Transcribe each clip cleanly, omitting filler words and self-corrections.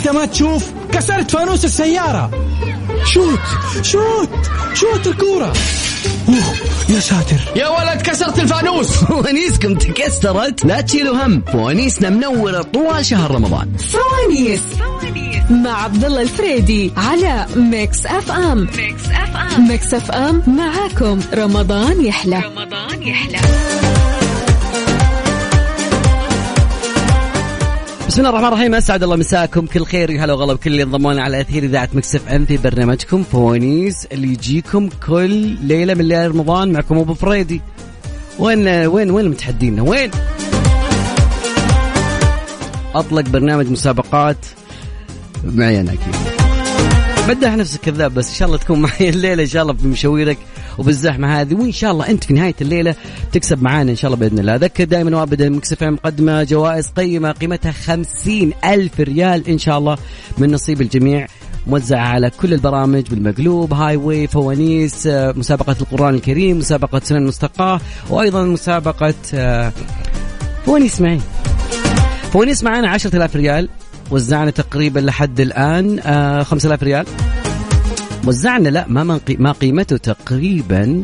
انت ما تشوف؟ كسرت فانوس السيارة. شوت الكورة. يا ساتر يا ولد، كسرت الفانوس. فوانيسكم تكسرت؟ لا تشيلوا هم، فوانيسنا منورة طوال شهر رمضان. فوانيس مع عبد الله الفريدي على ميكس اف ام. ميكس اف ام معاكم رمضان يحلى. بسم الله الرحمن الرحيم. أسعد الله مساكم كل خير يا هلا وغلا بكل اللي انضمونا على أثير إذاعة ميكس اف ام في برنامجكم فوانيس اللي يجيكم كل ليلة من ليالي رمضان. معكم أبو فريدي. وين متحدينا؟ وين أطلق برنامج مسابقات معي أنا أكيد. بدح نفسك كذاب، بس إن شاء الله تكون معي الليلة إن شاء الله بمشاويرك وبالزحمة هذه، وإن شاء الله أنت في نهاية الليلة تكسب معانا إن شاء الله بإذن الله. أذكر دائما وأبدا ميكس اف ام مقدمة جوائز قيمة قيمتها 50,000 ريال إن شاء الله من نصيب الجميع، موزعة على كل البرامج بالمقلوب، هاي واي، فوانيس، مسابقة القرآن الكريم، مسابقة سنن المستقاة، وأيضا مسابقة فوانيس معي. فوانيس معنا 10,000 ريال، وزعنا تقريبا لحد الآن 5,000 ريال. وزعنا لا ما قيمته تقريبا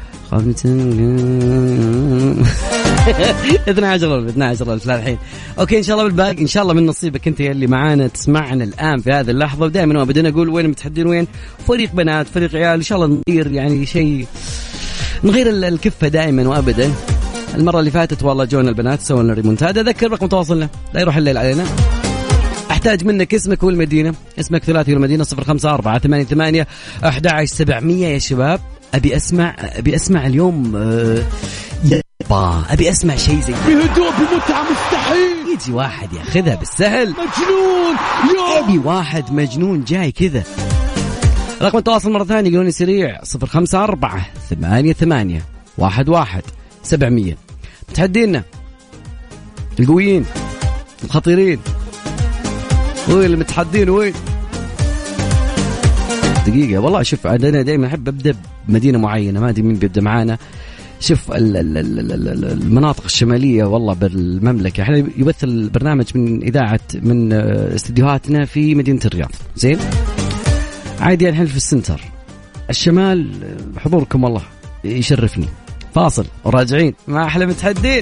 12,000 الحين. اوكي ان شاء الله بالباقي ان شاء الله من نصيبك انت اللي معانا تسمعنا الان في هذه اللحظه. ودائما بدنا نقول وين متحدين، وين فريق بنات فريق عيال، ان شاء الله نغير يعني شيء، نغير الكفه دائما وابدا. المره اللي فاتت والله جونا البنات سووا ريمونتادا. ذكر رقم تواصلنا لا يروح الليل علينا. احتاج منك اسمك والمدينة، اسمك ثلاثي والمدينة 0548811700 يا شباب. ابي اسمع اليوم ابي اسمع شيء زي بهدوء بمتعة مستحيل. يجي واحد ياخذها بالسهل، مجنون ابي واحد مجنون جاي كذا. رقم التواصل مرة ثانية قولوني سريع 0548811700. متحدينا القويين الخطيرين، وين المتحدين وين؟ دقيقة والله. شوف أنا دائما أحب أبدأ بمدينة معينة، ما أدري مين بيبدأ معانا. شوف المناطق الشمالية والله بالمملكة، احنا يبث البرنامج من استديوهاتنا في مدينة الرياض. زين عادي الحين في السنتر الشمال، حضوركم والله يشرفني. فاصل وراجعين مع أحلى متحدين.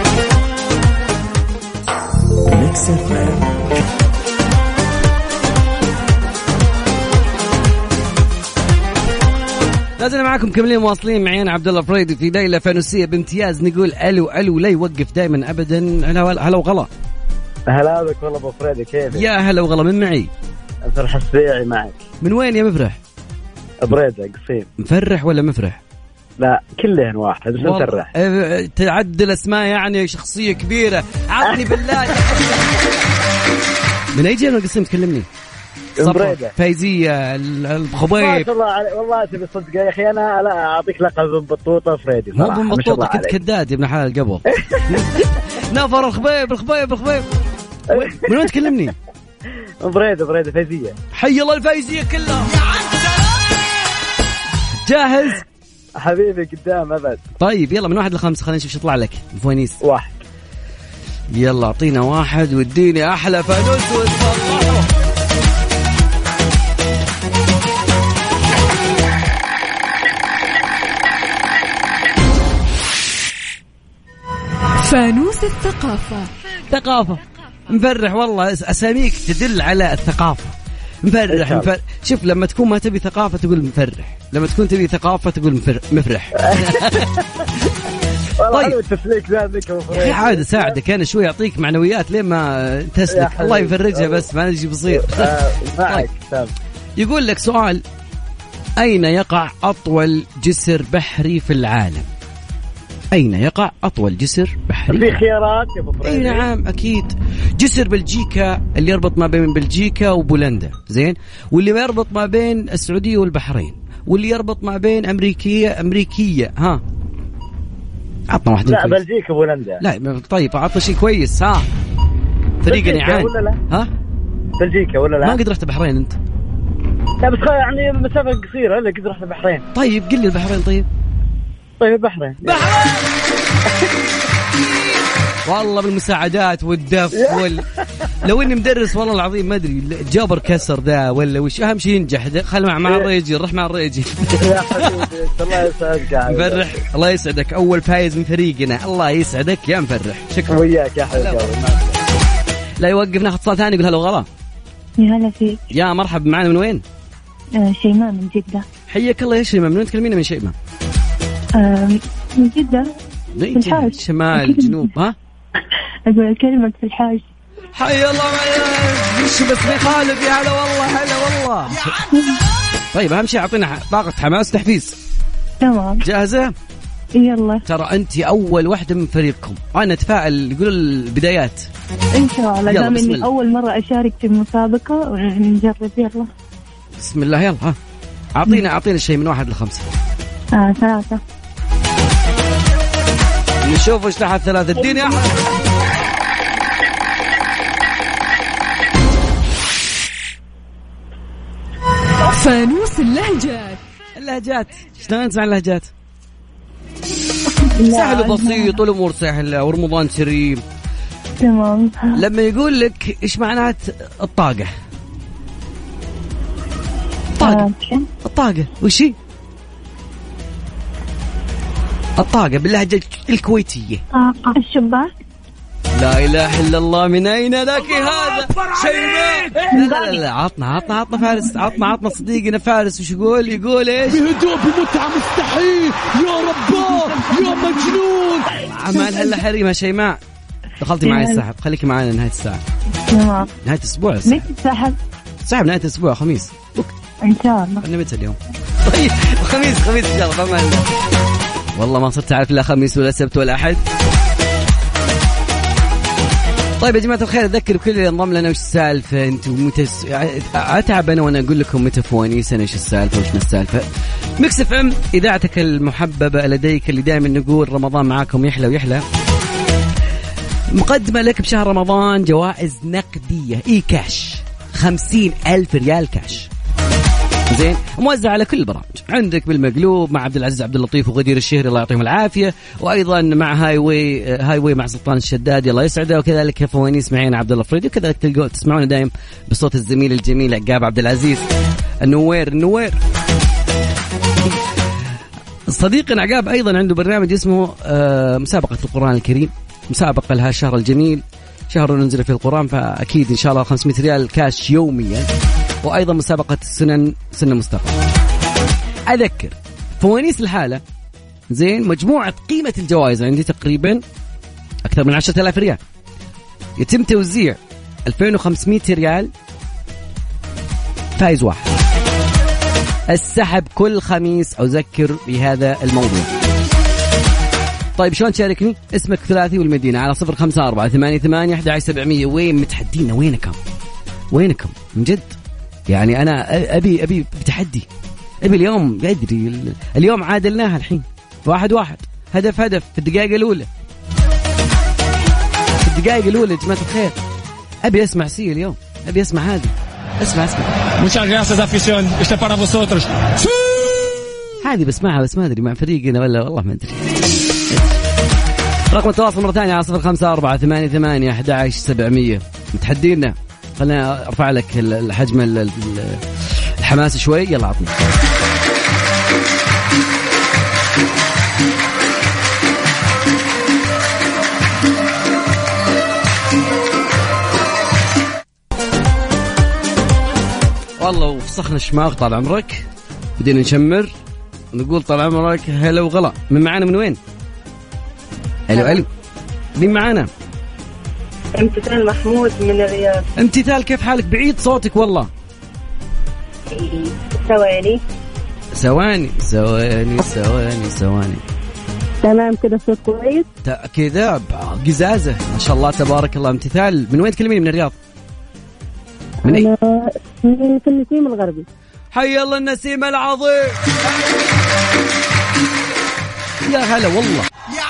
لازم معكم كملين مواصلين معي أنا عبد الله فريدي في ليلة فانوسية بامتياز. نقول ألو لا يوقف دائما أبدا. هلا وغلا. هلا بك والله أبو فريدي، كيف؟ يا هلا وغلا. من معي؟ مفرح السبيعي معك. من وين يا مفرح؟ بريدة قصيم. مفرح ولا مفرح؟ لا كلهن واحد بس مفرح. تعدل اسماء يعني شخصية كبيرة. عطني بالله. من أي جهة قصيم تكلمني؟ بريدة فايزية الخبيب. ما شاء الله والله تبي صدق يا أخي. أنا لا أعطيك لقب بطوطة فريدي. مو بطوطة، كنت كداد يا ابن حلال قبل. نافر الخبيب. من وين تكلمني؟ بريدة فايزية. حي الله الفايزية كلها. جاهز حبيبي؟ قدام أبد. طيب يلا من 1 ل 5 خلينا نشوف شو يطلع لك. فوانيس 1. يلا اعطينا 1 واديني احلى فانوس وتفضلوا. فانوس الثقافة. مفرح والله، أساميك تدل على الثقافة. مفرح. شوف لما تكون ما تبي ثقافة تقول مفرح، لما تكون تبي ثقافة تقول مفرح. طيب التسليك ذلك يا أخي عاد ساعدك أنا شوي، أعطيك معنويات لين ما تسلك. الله يفرجها بس ما ندري بصير. طيب. يقول لك سؤال: أين يقع أطول جسر بحري في العالم؟ أين يقع أطول جسر بحري؟ في خيارات يا أبو فريدي؟ أي نعم أكيد. جسر بلجيكا اللي يربط ما بين بلجيكا وبولندا، زين، واللي يربط ما بين السعودية والبحرين، واللي يربط ما بين أمريكية. ها عطنا واحد. لا بلجيكا وبولندا. لا طيب عطنا شيء كويس. ها فريق نعان ولا لا؟ ها بلجيكا ولا لا؟ ما قد رحت البحرين أنت؟ لا بس يعني مسافة قصيرة. لا قد رحت البحرين. طيب قل لي البحرين. طيب البحرين. والله بالمساعدات والدف لو اني مدرس والله العظيم ما ادري جابر كسر ذا ولا وش. اهم شيء ينجح. خل مع الريجي، نروح مع الريجي. يا حبيبي الله يسعدك. مفرح الله يسعدك، اول فايز من فريقنا. الله يسعدك يا مفرح. شكرا وياك يا حبيبي. لا يوقف. ناخذ اتصال ثاني. يقول هلا وغلا. يا هلا فيك. يا مرحبا. معنا من وين؟ شيماء من جدة. حياك الله يا شيماء. من وين تكلمينا من شيماء؟ من جدة في الحاج. شمال جنوب. ها أقول كلمة في الحاج. حي الله وش بس خالد. يا هلا والله. هلا والله. طيب أهم شيء أعطينا طاقة حماس تحفيز. تمام جاهزة؟ يلا. ترى أنت أول واحدة من فريقكم. أنا أتفائل. يقول البدايات إن شاء الله. دام إني أول مرة أشارك في المسابقة ونجرب. يلا بسم الله. يلا ها أعطينا الشيء من 1 ل5. 3. نشوف وش تحت 3. اديني أحد. فانوس اللهجات. شلون نسمع اللهجات؟ سهل وبسيط والأمور سهلة ورمضان كريم. تمام. لما يقول لك إيش معنات الطاقة؟ الطاقة وشي؟ الطاقة باللهجة الكويتية. الشباك. لا إله إلا الله. من أين لك هذا شيماء؟ لا عطنا فارس. عطنا صديقنا فارس. وش يقول إيش؟ بهدوء بمتعة مستحيل. يا رباه يا مجنون. عمال هلا حريمة شيماء. دخلتي معي السحب. خليكي معنا نهاية الساعة. نهاية الأسبوع. متى السحب نهاية الأسبوع خميس إن شاء الله. أنا متى اليوم؟ طيب خميس إن شاء الله. فما والله ما صرت أعرف لا خميس ولا سبت ولا أحد. طيب يا جماعة الخير، أذكر كل اللي انضم لنا وش السالفة. أنتم أتعب أنا وأنا أقول لكم متى فوانيسنا وش السالفة وش ما السالفة. ميكس اف ام إذاعتك المحببة لديك اللي دائما نقول رمضان معاكم يحلى ويحلى. مقدمة لك بشهر رمضان جوائز نقدية إي كاش 50,000 ريال كاش. زين موزع على كل البرامج. عندك بالمقلوب مع عبد العزيز عبد اللطيف وغدير الشهري الله يعطيهم العافيه، وايضا مع هاي واي مع سلطان الشدادي الله يسعده، وكذلك فوانيس معين عبد الله الفريدي، وكذلك تلقوا تسمعونا دايم بصوت الزميل الجميل عقاب عبد العزيز النوير. صديقنا عقاب ايضا عنده برنامج اسمه مسابقه القران الكريم، مسابقه لها الشهر الجميل، شهر ننزل فيه القران، فاكيد ان شاء الله 500 ريال كاش يوميا. وأيضا مسابقة سنة مستقبل. أذكر فوانيس الحالة زين مجموعة قيمة الجوائز عندي تقريبا أكثر من 10,000 ريال، يتم توزيع 2500 ريال فائز واحد. السحب كل خميس، أذكر بهذا الموضوع. طيب شلون تشاركني؟ اسمك ثلاثي والمدينة على 054-88-11700. وين متحدينا؟ وينكم من جد؟ يعني أنا أبي بتحدي، أبي اليوم أدري اليوم عادلناها الحين 1-1 هدف في الدقائق الأولى يا جماعة الخير. أبي أسمع اليوم، أبي أسمع هذه. اسمع Muchas gracias afición, este para vosotros. هذه بسمعها بس ما أدري مع فريقنا ولا والله ما أدري. رقم التواصل مرة ثانية على 054-88-11700. متحدينا، خلنا أرفع لك الحجم الحماس شوي. يلا عطني. والله وفسخنا الشماغ طال عمرك، بدينا نشمر نقول طال عمرك هلا وغلا. من معانا من وين؟ ألو مين معانا؟ امتثال محمود من الرياض. امتثال كيف حالك؟ بعيد صوتك والله. ثواني. تمام كده صوت كويس كذا قزازة ما شاء الله تبارك الله. امتثال من وين تكلميني؟ من الرياض؟ من أي؟ من النسيم الغربي. حي الله النسيم العظيم. يا هلا والله.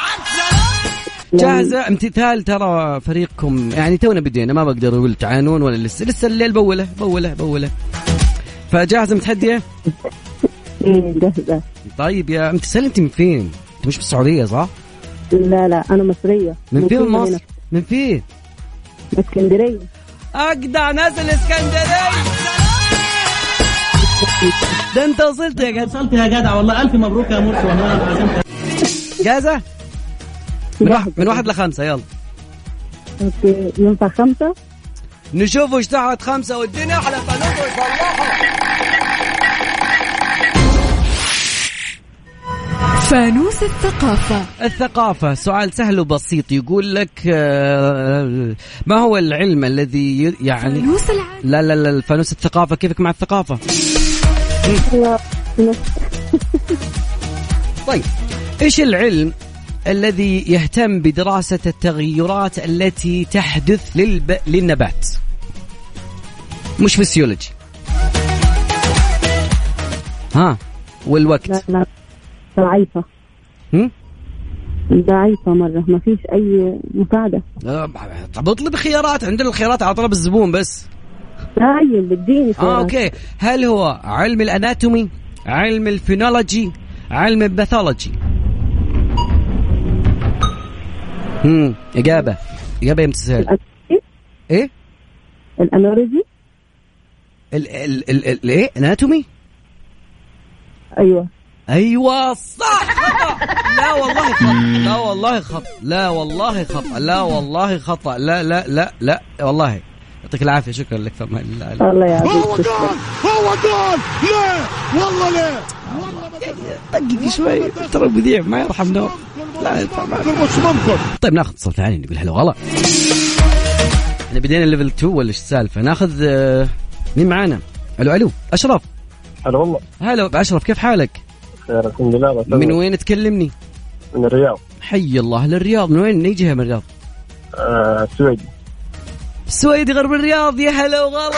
جاهزة امتثال؟ ترى فريقكم يعني تونا بدينا، ما بقدر أقول تعانون ولا لسه الليل بوله. فجاهزة متحدية؟ جاهزة. طيب يا امتثال انت من فين؟ انت مش بالسعودية صح؟ لا أنا مصرية. من فين مصر؟ من فين؟ اسكندرية. أجدع ناس الإسكندرية. ده أنت وصلت يا جدع. وصلت يا جدع والله. ألف مبروك يا مرسي والله. جاهزة؟ من 1 ل5 يلا. أوكي ينفع 5؟ نشوف وش تحت 5 والدنيا على فانوس ويصلحها. فانوس الثقافة. سؤال سهل وبسيط يقول لك ما هو العلم الذي يعني فانوس العالم. لا الفانوس الثقافة. كيفك مع الثقافة؟ طيب إيش العلم الذي يهتم بدراسة التغيرات التي تحدث للنبات؟ مش فسيولوجي. والوقت. لا ضعيفة. ضعيفة مرة، ما فيش أي مساعدة. طب اطلب خيارات، عندنا الخيارات على طلب الزبون بس. طيب بديني خيارات. اوكي، هل هو علم الاناتومي، علم الفينولوجي، علم الباثولوجي؟ إجابة يا متسهل. إيه؟ الأنوريزي. إيه؟ أناتومي؟ أيوة صح. لا والله خطأ. لا والله. يعطيك العافية، شكرا لك. الله يعافيك. هو قال لا والله لا دقيقة شوي، ترى المذيع ما يرحم نور. لا مش ممكن. طيب ناخذ صوت ثاني نقول هلا وغلا. احنا بدينا ليفل 2 ولا ايش السالفة؟ ناخذ مين معانا؟ الو أشرف. هلا والله. هلا بأشرف، كيف حالك؟ خير الحمد لله. من وين تكلمني؟ من الرياض. حي الله للرياض. من وين نيجيها من الرياض؟ السويدي غرب الرياض. يا هلا وغلا.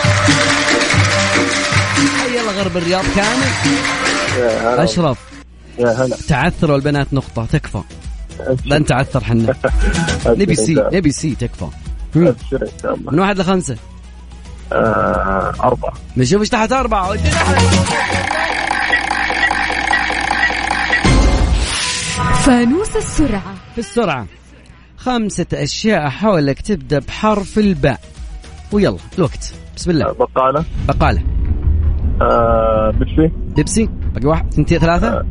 حي الله غرب الرياض كامل. أشرف يا هلا. تعثروا البنات نقطة، تكفى. لا انت تعثر حنا. نبي سي تكفى. من 1 ل5. 4. نشوف ايش تحت 4. فانوس السرعة. في السرعة 5 أشياء حولك تبدأ بحرف الباء، ويلا الوقت. بسم الله. بقالة. بيبسي. باقي 1 2 3.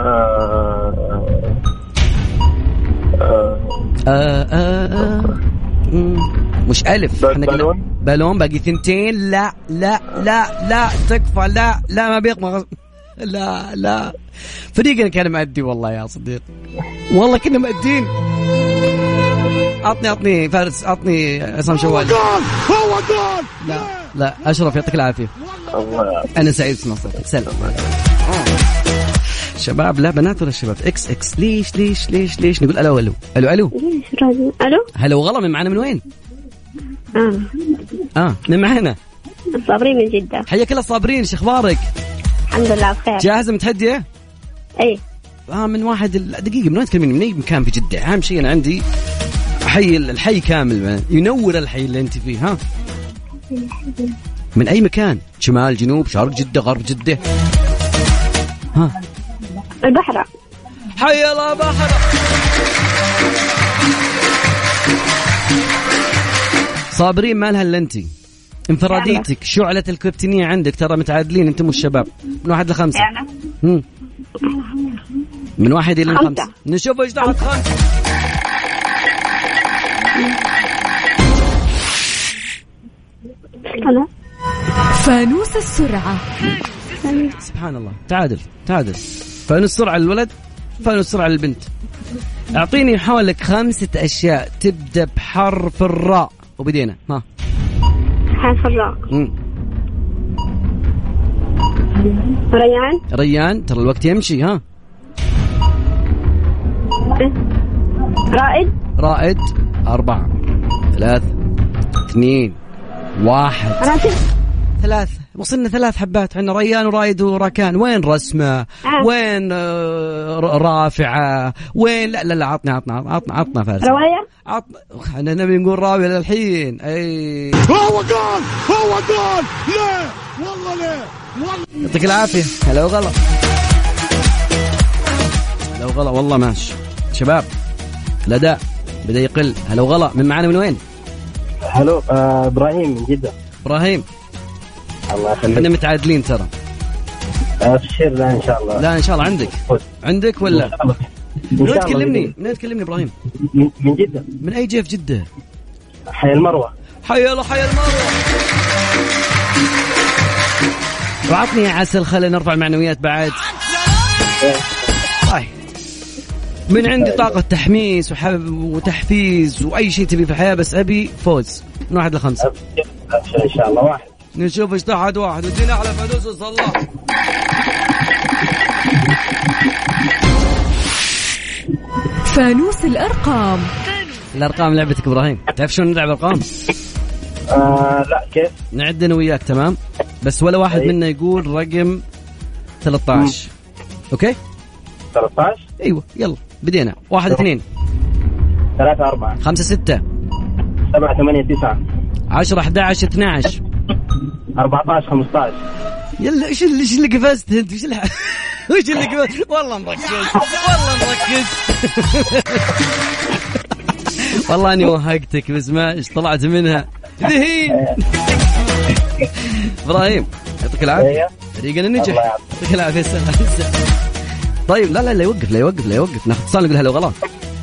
مش ألف. بالون. باقي 2. لا تكفى. لا ما بيقمع. لا فريقنا كان مأدي والله يا صديق، والله كنا مأدين. أعطني فارس، أعطني عصام شوال. هو قال لا أشرف يعطيك العافية. أنا سعيد اسمع صوتك. سلام. شباب لا بنات ولا شباب؟ اكس ليش نقول الو. هلا وغلا. من معنا من وين؟ من معنا صابرين من جدة. حياك الله صابرين، شو اخبارك؟ الحمد لله بخير. جاهزة متحدية؟ اي. من 1 دقيقة. من وين تكلميني؟ من اي مكان في جدة؟ اهم شيء انا عندي الحي كامل، ينور الحي اللي انت فيه. ها من اي مكان؟ شمال، جنوب، شرق جدة، غرب جدة؟ ها البحرة. حي الله بحرة. صابرين مالها الا انتي، انفراديتك، شعلة الكابتنية عندك. ترى متعادلين انتم والشباب. من 1 ل5. من 1 إلى 5. نشوف ايش تحت 5. فانوس السرعة. سبحان الله. تعادل. فانوس السرعة للولد، فانوس السرعة للبنت. اعطيني حولك 5 أشياء تبدأ بحرف الراء، وبدينا. حرف الراء. ريان. ترى الوقت يمشي. رائد. 4 3 2 1. 3. وصلنا 3 حبات. عندنا ريان ورائد وراكان. وين رسمة؟ وين رافعة؟ وين؟ لا عطنا فارس. رواية. احنا نبي نقول راوية للحين. اي هو قال لا والله يعطيك العافية. هلا وغلا والله ماشي شباب. الأداء بدأ يقل. هلا وغلا، من معنا من وين؟ هلو إبراهيم من جدة. إبراهيم، الله يخليك. احنا متعادلين ترى. أبشر. لا إن شاء الله. لا إن شاء الله. عندك ولا؟ من تكلمني؟ من تكلمني إبراهيم؟ من جدة. من أي جهة في جدة؟ حي المروة. حي الله، حي المروة. وعطني يا عسل، خلينا نرفع المعنويات بعد. من عندي طاقة تحميس وتحفيز وأي شيء تبي في الحياة، بس أبي فوز من 1 ل5. أبشر إن شاء الله. 1. نشوف ايش تحت 1 ودينا على فانوس وصلاه. فانوس الأرقام. الأرقام لعبتك إبراهيم، تعرف شلون نلعب أرقام؟ لا كيف؟ نعد أنا وياك تمام، بس ولا واحد منا يقول رقم 13. أوكي؟ 13. أيوة يلا بدينا. 1 2 3 4 5 6 7 8 9 10 11 12 14 15. يلا ايش اللي قفزت انت؟ ايش اللي قفزت؟ والله مركز، والله مركز. والله اني وهقتك بس ما ايش طلعت منها ذهين. ابراهيم يعطيك العافيه، فريقنا نجح. يعطيك العافيه. طيب لا يوقف ناخذ اتصال نقول هلا وغلا.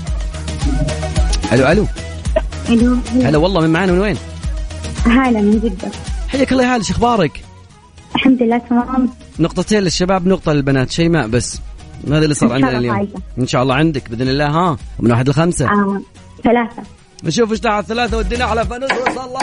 الو هلا والله، من معانا من وين؟ هلا من جدة. حياك الله يا هلا، شو اخبارك؟ الحمد لله تمام. نقطتين للشباب، نقطة للبنات، شيماء بس. هذا اللي صار عندنا اليوم. إن شاء الله عندك بإذن الله. ها من 1 ل5. 3. نشوف إيش تحت 3 ودينا على فانوس وصلاه.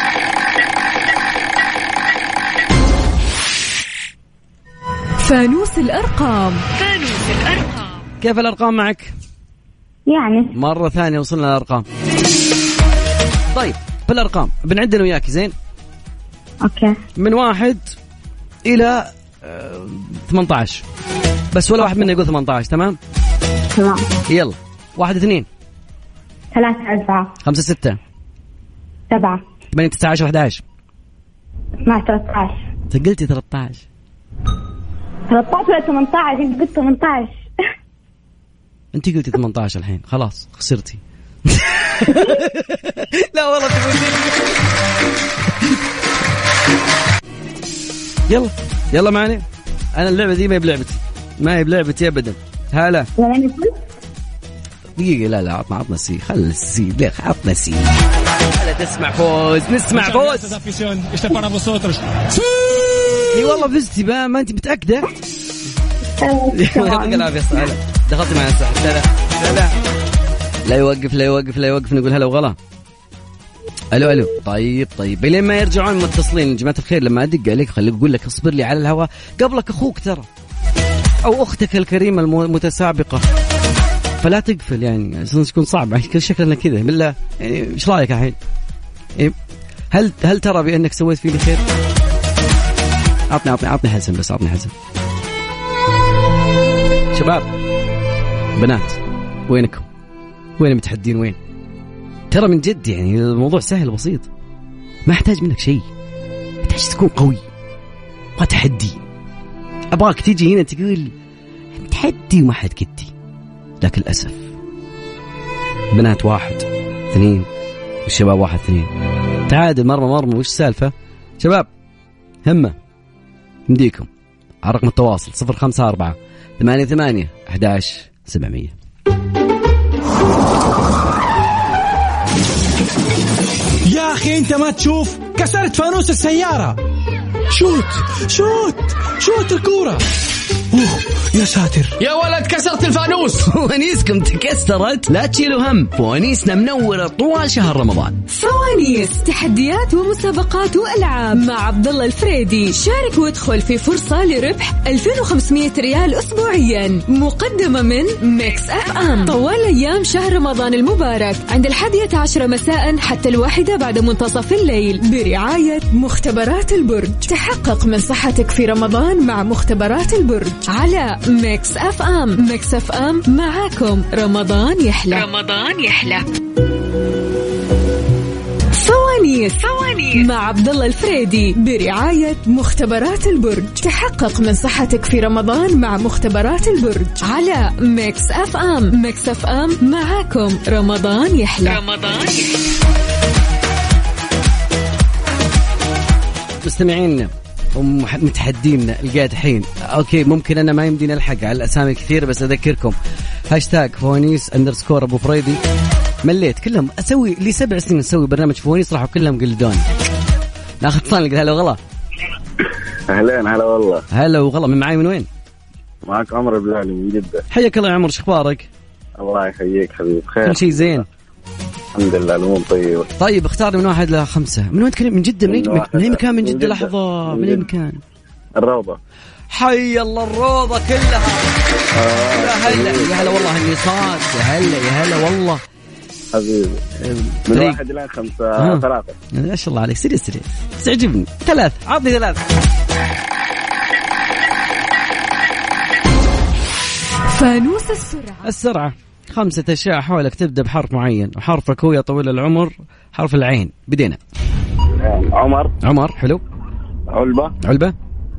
فانوس الأرقام. كيف الأرقام معك؟ يعني مرة ثانية وصلنا للأرقام. طيب بالأرقام بنعدنا وياك زين. أوكي. من 1 إلى 18، بس ولا واحد منا يقول 18. تمام. يلا 1 2 3 4 5 6 7 8 9 10 11 12 13. انت قلتي 13 ولا 18؟ انت قلت 18. انت قلتي 18 الحين خلاص خسرتي. لا والله يلا معنا. انا اللعبه دي ما هي بلعبتي ابدا. هلا دقيقه. لا عطنا سي، خل السي ليه، عطنا سي. هلا تسمع فوز، نسمع فوز. اي والله فزتي بقى، ما انت متاكده؟ يعطيك العافيه. دخلتي معنا صح. لا يوقف نقول هلا وغلا. الو. طيب بلين ما يرجعون متصلين يا جماعه الخير. لما ادق عليك خليك اقول لك اصبر لي على الهواء قبلك اخوك ترى، او اختك الكريمه المتسابقه، فلا تقفل يعني تكون صعبه شكلنا كذا بالله. يعني ايش رايك الحين؟ هل ترى بانك سويت فيني خير؟ عطني حسن، بس عطني حسن. شباب بنات وينكم؟ وين متحدين؟ وين؟ ترى من جد يعني الموضوع سهل بسيط، ما احتاج منك شيء، احتاج تكون قوي، ما تحدي. ابغاك تيجي هنا تقول تحدي وما حد كدي، لكن للاسف بنات 1 2 والشباب 1 2 تعادل مرمى. وش السالفه شباب؟ همه نديكم على رقم التواصل 054 88 11 700. يا أخي أنت ما تشوف؟ كسرت فانوس السيارة. شوت الكورة. يا ساتر يا ولد كسرت الفانوس. فوانيسكم تكسرت؟ لا تشيلوا هم، فوانيسنا منورة طوال شهر رمضان. فوانيس، تحديات ومسابقات وألعاب مع عبد الله الفريدي. شارك وادخل في فرصة لربح 2500 ريال أسبوعيا، مقدمة من ميكس اف ام طوال أيام شهر رمضان المبارك، عند 11 مساء حتى 1 بعد منتصف الليل، برعاية مختبرات البرج. تحقق من صحتك في رمضان مع مختبرات البرج على ميكس اف ام. ميكس اف ام معاكم رمضان يحلى. فوانيس مع عبد الله الفريدي برعاية مختبرات البرج. تحقق من صحتك في رمضان مع مختبرات البرج على ميكس اف ام. ميكس اف ام معاكم رمضان يحلى. مستمعين ومتحدين القادحين، اوكي ممكن انا ما يمديني الحق على الاسامي كثير، بس اذكركم هاشتاج فوانيس _ ابو فريدي. مليت كلهم اسوي لي 7 سنين اسوي برنامج فوانيس، راحوا كلهم قلدوني. ناخذ اتصال. هلا وغلا. اهلين. هلا والله. هلا وغلا. من معاي من وين؟ معك عمر بلالي من جدة. حياك الله يا عمر، شخبارك؟ الله يحييك حبيبي. بخير كل شيء زين الحمد لله. الامور طيبه. طيب اختار من 1 ل 5. من وين تكلم؟ من جدة؟ من اي مكان من جدة؟ لحظة، من اي مكان؟ الروضة. حي الله الروضة كلها. يا هلا يا هلا والله اني صاد. يا هلا يا هلا والله حبيبي. من 1 إلى 5. 3. ما شاء الله عليك. سريع تعجبني. 3. عطني 3. فانوس السرعة. 5 أشياء حولك تبدأ بحرف معين، وحرفك هو يا طويل العمر حرف العين. بدينا. عمر. حلو. علبة.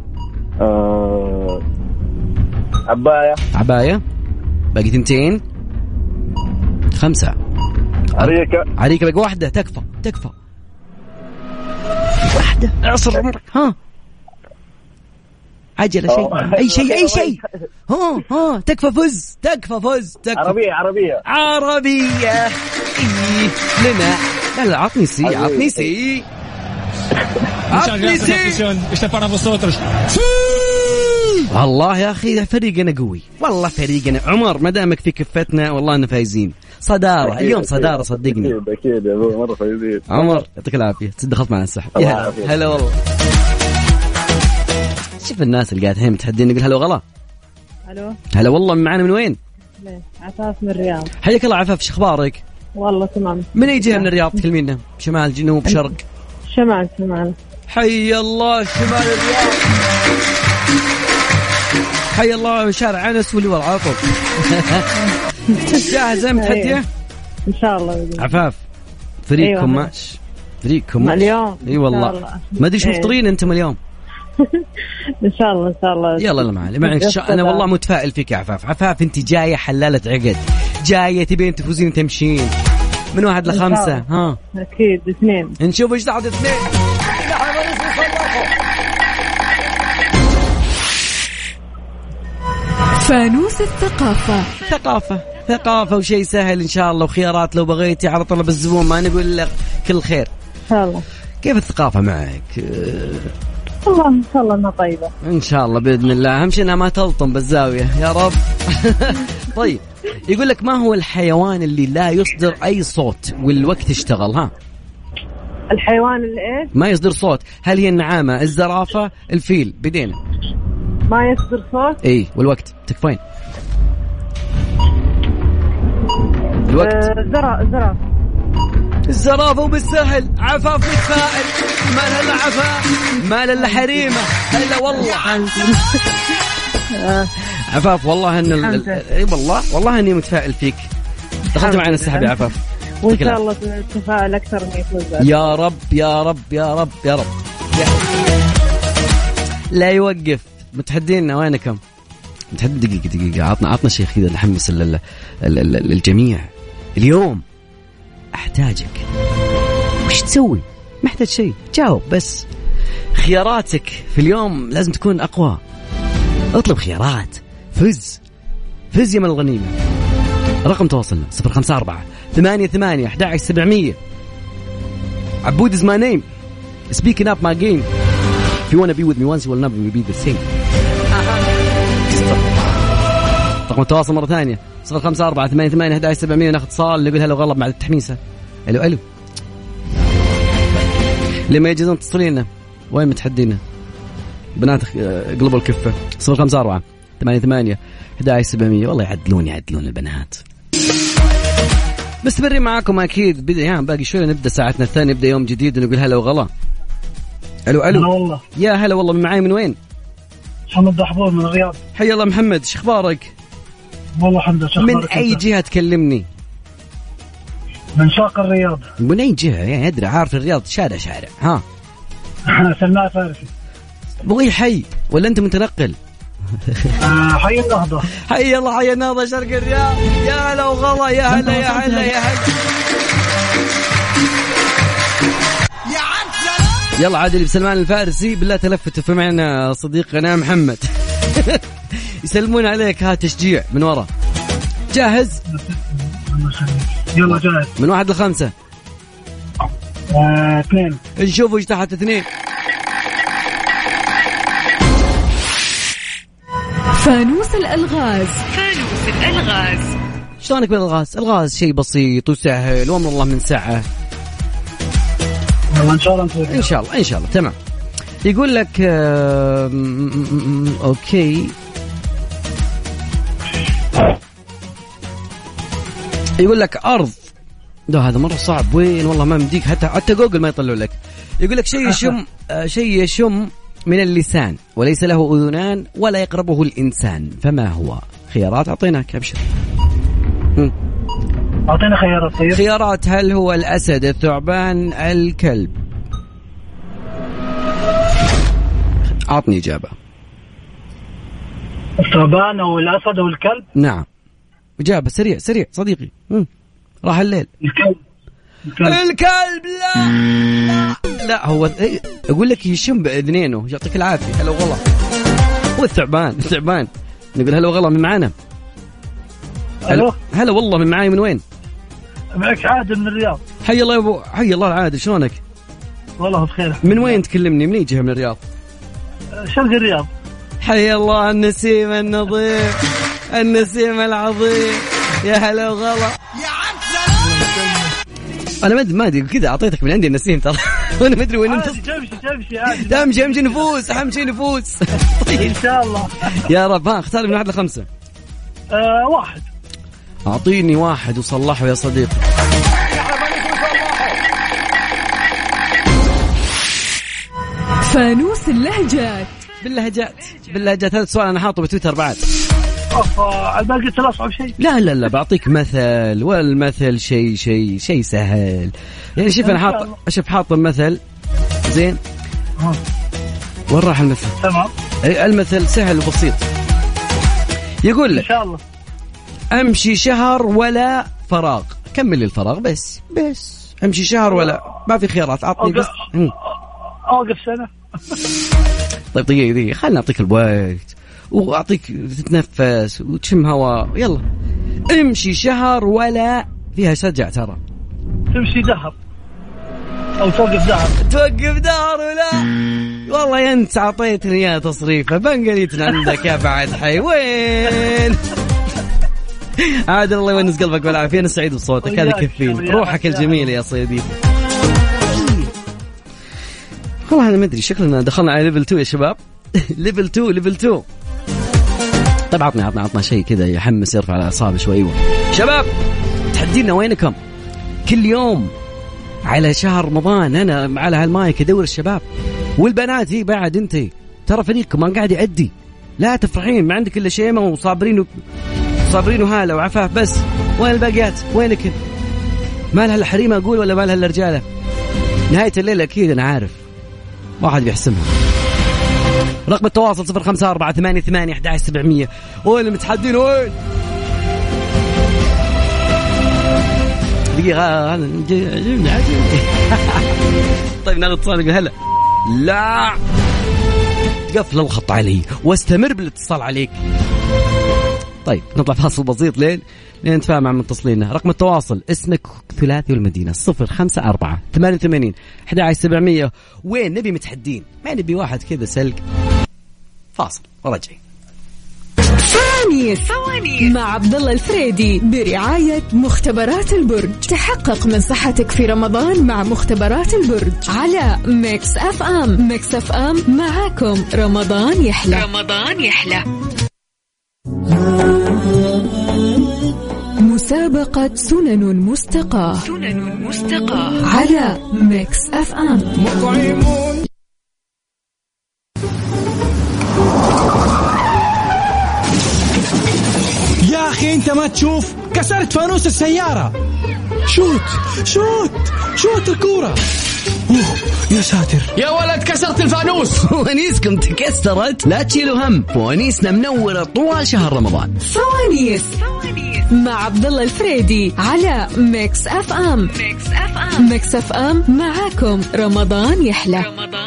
عباية. باقي 2. 5. عريكة. باقي 1. تكفى. واحدة. اعصر عمرك. ها عجلة شيء. أي شيء. ها تكفى. فز. عربية. إيه لنا. لا عطني سي. والله يا أخي فريقنا قوي، والله فريقنا. عمر ما دامك في كفتنا والله أننا فايزين. صدارة اليوم، صدارة صدقني. أكيد يا أبو، مرة فايزين. عمر يعطيك العافية، دخلت معنا السحب. هلا والله. شوف الناس اللي قاعد هنا متحدين. نقول هلا وغلا. هلا والله. معنا من وين؟ عفاف من الرياض. حياك الله عفاف، شخبارك؟ والله تمام. من أي جهة من الرياض تكلمينا؟ شمال، جنوب، شرق؟ شمال. حي الله شمال الرياض. حي الله شارع أنس واللي ورا على طول. جاهزة متحدية؟ إن شاء الله. عفاف فريقكم ماشي. فريقكم اليوم. اي والله ما ادري شو مفطرين انتم اليوم. ان شاء الله. يلا لا معلي انا والله متفائل فيك يا عفاف. انت جايه حلاله عقد، جايه تبين تفوزين تمشين. من 1 ل 5. ها اكيد 2. نشوف ايش بعد 2. فانوس ثقافة وشيء سهل إن شاء الله، وخيارات لو بغيتي على طلب الزبون. ما نقول لك كل خير إن شاء الله. كيف الثقافة معك؟ والله إن شاء الله أنها طيبة إن شاء الله بإذن الله. أهم شيء أنها ما تلطم بالزاوية يا رب. طيب يقول لك ما هو الحيوان اللي لا يصدر أي صوت والوقت يشتغل؟ ها الحيوان اللي إيه؟ ما يصدر صوت. هل هي النعامة، الزرافة، الفيل؟ بدينا. ما يصدر صوت. اي والوقت تكفين. الوقت. الزرافة. وبالسهل. عفاف متفائل. ما لها عفاف، ما لها حريمة. هلا والله. عفاف والله ان والله اني متفائل فيك. دخلت معنا السحب يا عفاف. وان شاء الله تتفائل اكثر من يفوز. يا رب. لا يوقف. متحدينا وينكم؟ متحدين. دقيقة عطنا شيء كذا نحمس الجميع. اليوم احتاجك. وش تسوي؟ ما احتاج شيء، جاوب بس. خياراتك في اليوم لازم تكون اقوى. اطلب خيارات. فز يا من الغنيمة. رقم تواصلنا 054-88-11-700. عبود is my name. Speaking up my game. If you want to be with me once you will never be the same. رقم التواصل مرة ثانية 054-88-11-700. ناخذ اتصال نقول هلا وغلا مع التحميسة. الو لما يجوزون تصلينا. وين متحدينا بنات؟ قلبوا الكفة. 054-88-11-700. والله يعدلون البنات. مستمرين معاكم أكيد. باقي شوي نبدأ ساعتنا الثانية، نبدأ يوم جديد ونقول هلا وغلا. الو والله. يا هلا والله. من معاي من وين؟ محمد دحبور من الرياض. حي الله محمد، شخبارك؟ والله الحمد لله. من أي جهة تكلمني؟ من شاق الرياض. من أي جهة يعني؟ أدري عارف الرياض شارع ها. سلمان فارسي. بغي حي ولا أنت متنقل؟ حي النهضة. حي الله حي النهضة شرق الرياض. يا هلا وغلا يا هلا يا هلا يا هلا. يلا عادل بسلمان الفارسي بالله تلفتوا في معنا صديقنا محمد. يسلمون عليك. ها تشجيع من وراء. جاهز؟ يلا جاهز. من 1 ل 5. 2. نشوف وش تحت 2. فانوس الألغاز. شلونك بالألغاز؟ الغاز شيء بسيط وسهل وامر الله من سعه. ان شاء الله ان شاء الله تمام. يقول لك اوكي، يقول لك ارض. ده هذا مره صعب. وين والله ما مديك حتى جوجل ما يطلع لك. يقول لك شيء يشم من اللسان وليس له اذنان ولا يقربه الانسان، فما هو؟ خيارات اعطيناك. ابشر. أعطينا خيارات. طيب خيارات: هل هو الأسد، الثعبان، الكلب؟ أعطني إجابة. الثعبان أو الأسد أو الكلب؟ نعم إجابة سريع صديقي. راح الليل. الكلب. لا هو أقول لك يشم بأذنينه. يعطيك العافية. هلا وغلا. هو الثعبان. نقول هلا وغلا من معانا. هلا والله من معاي. من وين؟ معك عادل من الرياض. حي الله يا ابو. حي الله العادل. شلونك؟ والله بخير. من وين تكلمني؟ من اي جهه من الرياض؟ شرق الرياض. حي الله النسيم النظيف النسيم العظيم. يا هلا وغلا. يا عم انا ما ادري كذا اعطيتك من عندي النسيم ترى. وانا ما ادري وين انت. امشي نفوس. اهم شيء نفوس. طيب ان شاء الله يا رب. ها اختار من 1 ل 5. 1. أعطيني 1 وصلحه يا صديقي. فانوس اللهجات. باللهجات هذا السؤال أنا حاطه بتويتر بعد. الباقي أصعب شيء. لا بعطيك مثل، والمثل شيء سهل يعني. شوف أنا حاط مثل زين. وين راح المثل؟ تمام. المثل سهل وبسيط. يقول لك إن شاء الله أمشي شهر ولا فراغ. كمل لي الفراغ بس أمشي شهر ولا ما في خيارات. أعطني بس. أوقف سنة. طيب دقيقة خلنا أعطيك الوقت وأعطيك تتنفس وتشم هواء. يلا امشي شهر ولا فيها شجع ترى. تمشي دهر أو توقف دهر ولا والله أنت أعطيتني يا تصريفة بنقليتنا عندك يا بعد حي. وين عادل الله يونس قلبك والعافية. أنا سعيد بصوتك هذا كفيل. روحك الجميلة يا صيدي. والله أنا ما أدري شكلنا دخلنا على ليفل 2 يا شباب. ليفل 2. طيب عطنا شيء كذا يحمس يرفع الأعصاب شوي. شباب تحدينا وينكم؟ كل يوم على شهر رمضان أنا على هالمايك أدور الشباب والبنات. هي بعد أنت ترى فريقكم ما قاعد يعدي. لا تفرحين ما عندك إلا شيمة وصابرين وهالة وعفاف بس. وين الباقيات؟ وينك؟ ما لها الحريم أقول ولا ما لها الرجالة؟ نهاية الليلة أكيد أنا عارف واحد بيحسمها. رقم التواصل 0548811700. وين المتحدين؟ وين دقيقة طيب ناخذ اتصال. هلا لا تقفل الخط علي واستمر بالاتصال عليك. طيب نطلع فاصل بسيط لين نتفاهم مع متصلينا. رقم التواصل اسمك ثلاثي والمدينة 0548811700. وين نبي متحدين ما نبي واحد كذا سلق. فاصل ورجعي. ثواني مع عبد الله الفريدي برعاية مختبرات البرج. تحقق من صحتك في رمضان مع مختبرات البرج على ميكس اف ام. ميكس اف ام معاكم رمضان يحلى. مسابقة سنن مستقاة على ميكس اف ام. يا أخي أنت ما تشوف كسرت فانوس السيارة. شوت الكورة. يا ساتر يا ولد كسرت الفانوس. فوانيسكم تكسرت؟ لا تشيلوا هم، فوانيسنا منورة طوال شهر رمضان. فوانيس مع عبد الله الفريدي على ميكس اف ام. ميكس اف ام معاكم رمضان يحلى.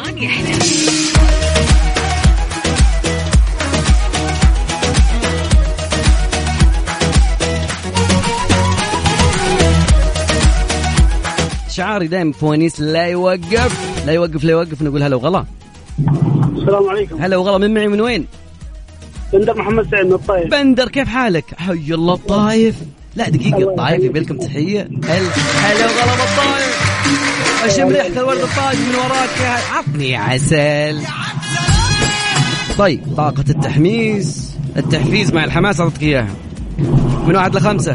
شعاري دائما فوانيس لا يوقف نقول هلا وغلا. السلام عليكم. هلا وغلا، من معي من وين؟ بندر محمد سعيد من الطايف. بندر كيف حالك؟ حي الله الطايف. لا دقيقة، الطايف يبي لكم تحية. هلا وغلا بالطايف. اشم ريحة الورد الطايف من وراك يا عطني عسل. طيب طاقة التحفيز مع الحماس أعطيك إياها من 1 ل 5.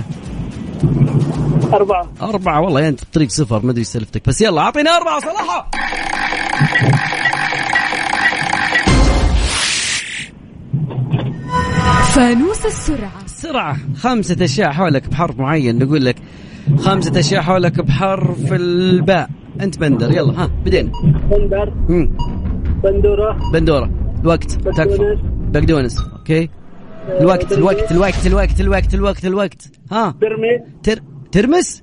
4. والله أنت بطريق 0 ما أدري سلفتك، بس يلا أعطيني 4 صراحة. فانوس السرعة. 5 أشياء حولك بحرف معين. نقول لك 5 أشياء حولك بحرف الباء. أنت بندر، يلا ها بدينا. بندورة. الوقت تكفى. بقدونس. أوكي. الوقت. ها. ترمس.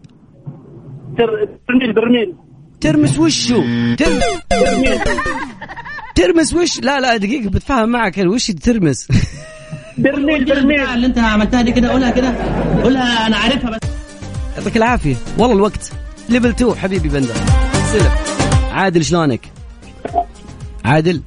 ترمس وشو؟ ترمس وش؟ لا دقيقة بتفهم معك وش ترمس. برميل اللي انت عملتها دي كده، قولها انا عارفها بس. يعطيك العافية. والله الوقت ليفل 2 حبيبي بندر. سلم. عادل شلونك؟ عادل.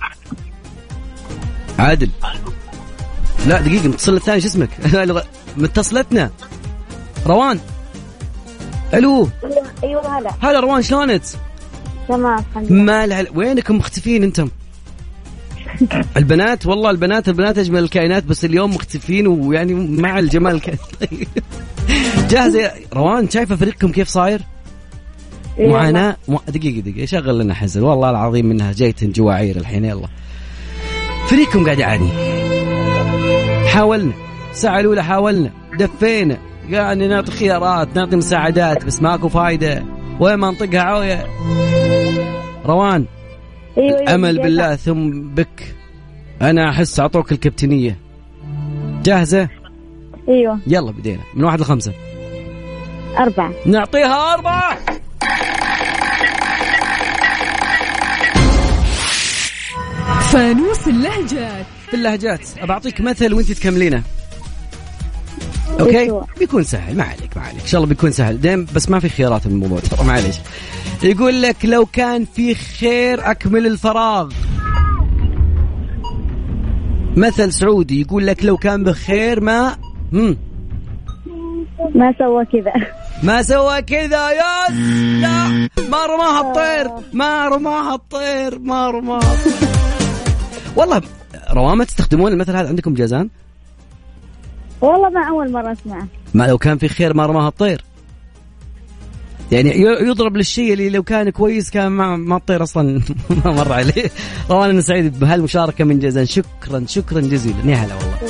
لا دقيقة، متصل الثاني شو اسمك؟ متصلتنا روان. الو. ايوه هلا روان، شلونك؟ تمام الحمد لله. وينكم مختفين انتم؟ البنات والله البنات اجمل الكائنات، بس اليوم مختفين ويعني مع الجمال جاهزة يا روان؟ شايفة فريقكم كيف صاير؟ معاناة. دقيقة شغل لنا حزن والله العظيم منها جاية جواعير الحين. يلا فريقكم قاعد يعاني. حاولنا ساعة الأولى، حاولنا دفينا، قاعد نعطي خيارات، نعطي مساعدات، بس ماكو فايدة. وين ما نطقها عوية. روان أيوة أمل بالله ثم بك، أنا أحس أعطوك الكابتنية. جاهزة؟ أيوة يلا بدينا من 1 ل 5. 4. نعطيها 4. فانوس اللهجات. في اللهجات أبعطيك مثل وانت تكملينه. اوكي بيكون سهل، ما عليك ان شاء الله بيكون سهل دايم، بس ما في خيارات في الموضوع ترى معليش. يقول لك لو كان في خير اكمل الفراغ. مثل سعودي يقول لك لو كان بخير ما سوى كذا. يا لا ما رماها الطير. والله روامة تستخدمون المثل هذا عندكم جازان؟ والله ما أول مرة أسمعه. ما لو كان في خير ما رماها الطير، يعني يضرب للشيء اللي لو كان كويس كان ما الطير أصلا ما مر عليه. روان أنا سعيد بهالمشاركة من جازان، شكرا جزيلا. يا هلا والله.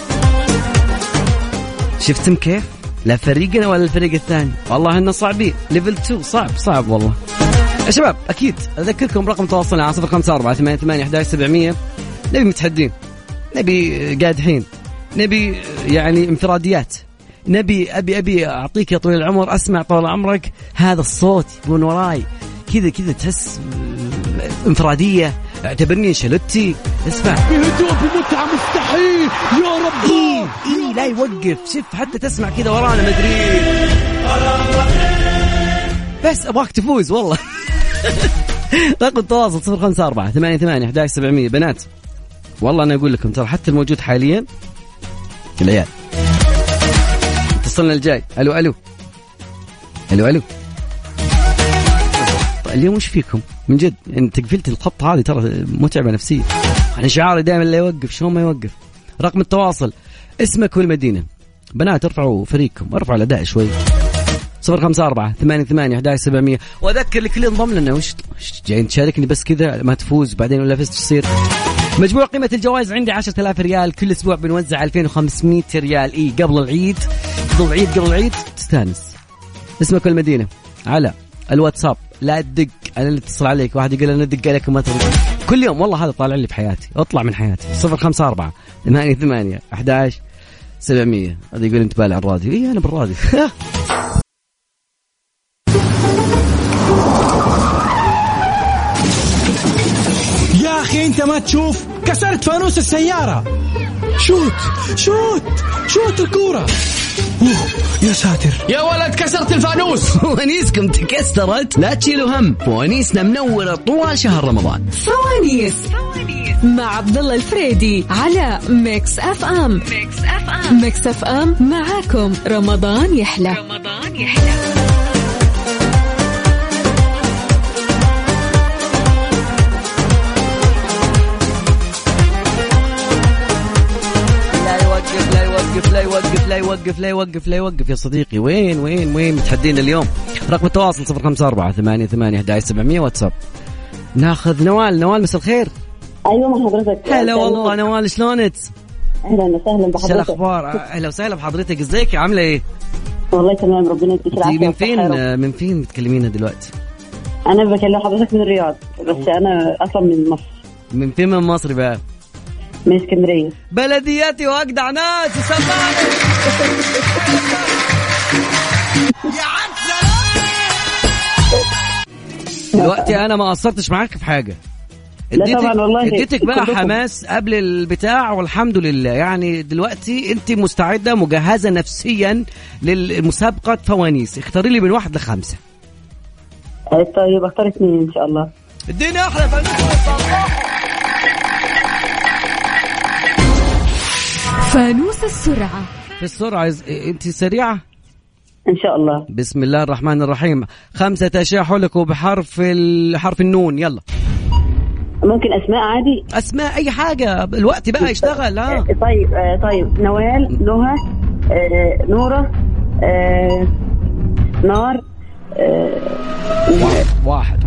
شفتم كيف؟ لا فريقنا ولا الفريق الثاني، والله إنه صعبين. ليفل 2 صعب والله. يا شباب أكيد أذكركم رقم تواصلنا على 0548811700. نبي متحدين، نبي قادحين، نبي يعني انفراديات، أبي أعطيك يا طويل العمر، أسمع طول عمرك هذا الصوت يكون وراي كذا تحس انفرادية. اعتبرني انشلوتي. اسمع بهدوء بمتعة مستحيل يا رب. لا يوقف. شوف حتى تسمع كذا ورانا مدري، بس أبغاك تفوز والله. رقم التواصل 0548811700. بنات والله أنا أقول لكم ترى حتى الموجود حاليا العيال. اتصلنا الجاي. ألو اليوم وش فيكم من جد؟ يعني تقفلت الخط هذه ترى متعبة نفسية. أنا شعاري دائما لا يوقف، شلون ما يوقف. رقم التواصل اسمك والمدينة. بنات ارفعوا فريقكم، ارفعوا الأداء شوي. 0548811700. وأذكر لكل انضم لنا وش جاي تشاركني بس كذا ما تفوز بعدين ولا فزت تصير. مجموع قيمة الجوائز عندي 10,000 ريال. كل أسبوع بنوزع 2500 ريال. قبل العيد تستانس. اسمك والمدينة. على الواتساب. لا تدق، انا اللي اتصل عليك واحد يقول انا ادق عليك وما ترد كل يوم، والله هذا طالع لي في حياتي، اطلع من حياتي. 054 88 11 700. هذا يقول انت بالع الراديو. اي انا بالراديو. يا اخي انت ما تشوف كسرت فانوس السيارة. شوت الكورة. يا ساتر يا ولد كسرت الفانوس. فوانيسكم تكسرت؟ لا تشيلوا هم، فوانيسنا منورة طوال شهر رمضان. فوانيس مع عبدالله الفريدي على ميكس اف ام. ميكس اف ام معاكم رمضان يحلى. لا يوقف يا صديقي. وين متحدين اليوم؟ رقم التواصل 054 88 11 700. واتساب. ناخذ نوال. مساء الخير. ايوه مع حضرتك. هلا والله نوال، شلونك؟ اهلا وسهلا بحضرتك. شو الاخبار؟ اهلا وسهلا بحضرتك. ازيك؟ عامله ايه؟ والله تمام، ربنا يديك العافيه. من فين بتكلمينا دلوقتي؟ انا بكلم حضرتك من الرياض، بس انا اصلا من مصر. من فين من مصر بقى؟ من اسكندريه. بلدياتي واجدع ناس يسمعني. يا عم دلوقتي انا ما قصرتش معاك في حاجه. لا طبعا والله اديتك بقى حماس قبل البتاع والحمد لله. يعني دلوقتي انت مستعده مجهزه نفسيا للمسابقه فوانيس. اختاري لي من 1 ل5. طيب اختار 2 ان شاء الله. اديني احلى فانوس. فانوس السرعة. في السرعة انت سريعة ان شاء الله. بسم الله الرحمن الرحيم. 5 أشياء حولكوا بحرف النون. يلا. ممكن اسماء عادي؟ اسماء اي حاجة، الوقت بقى يشتغل. طيب نوال، نهى، نورة، نار. واحد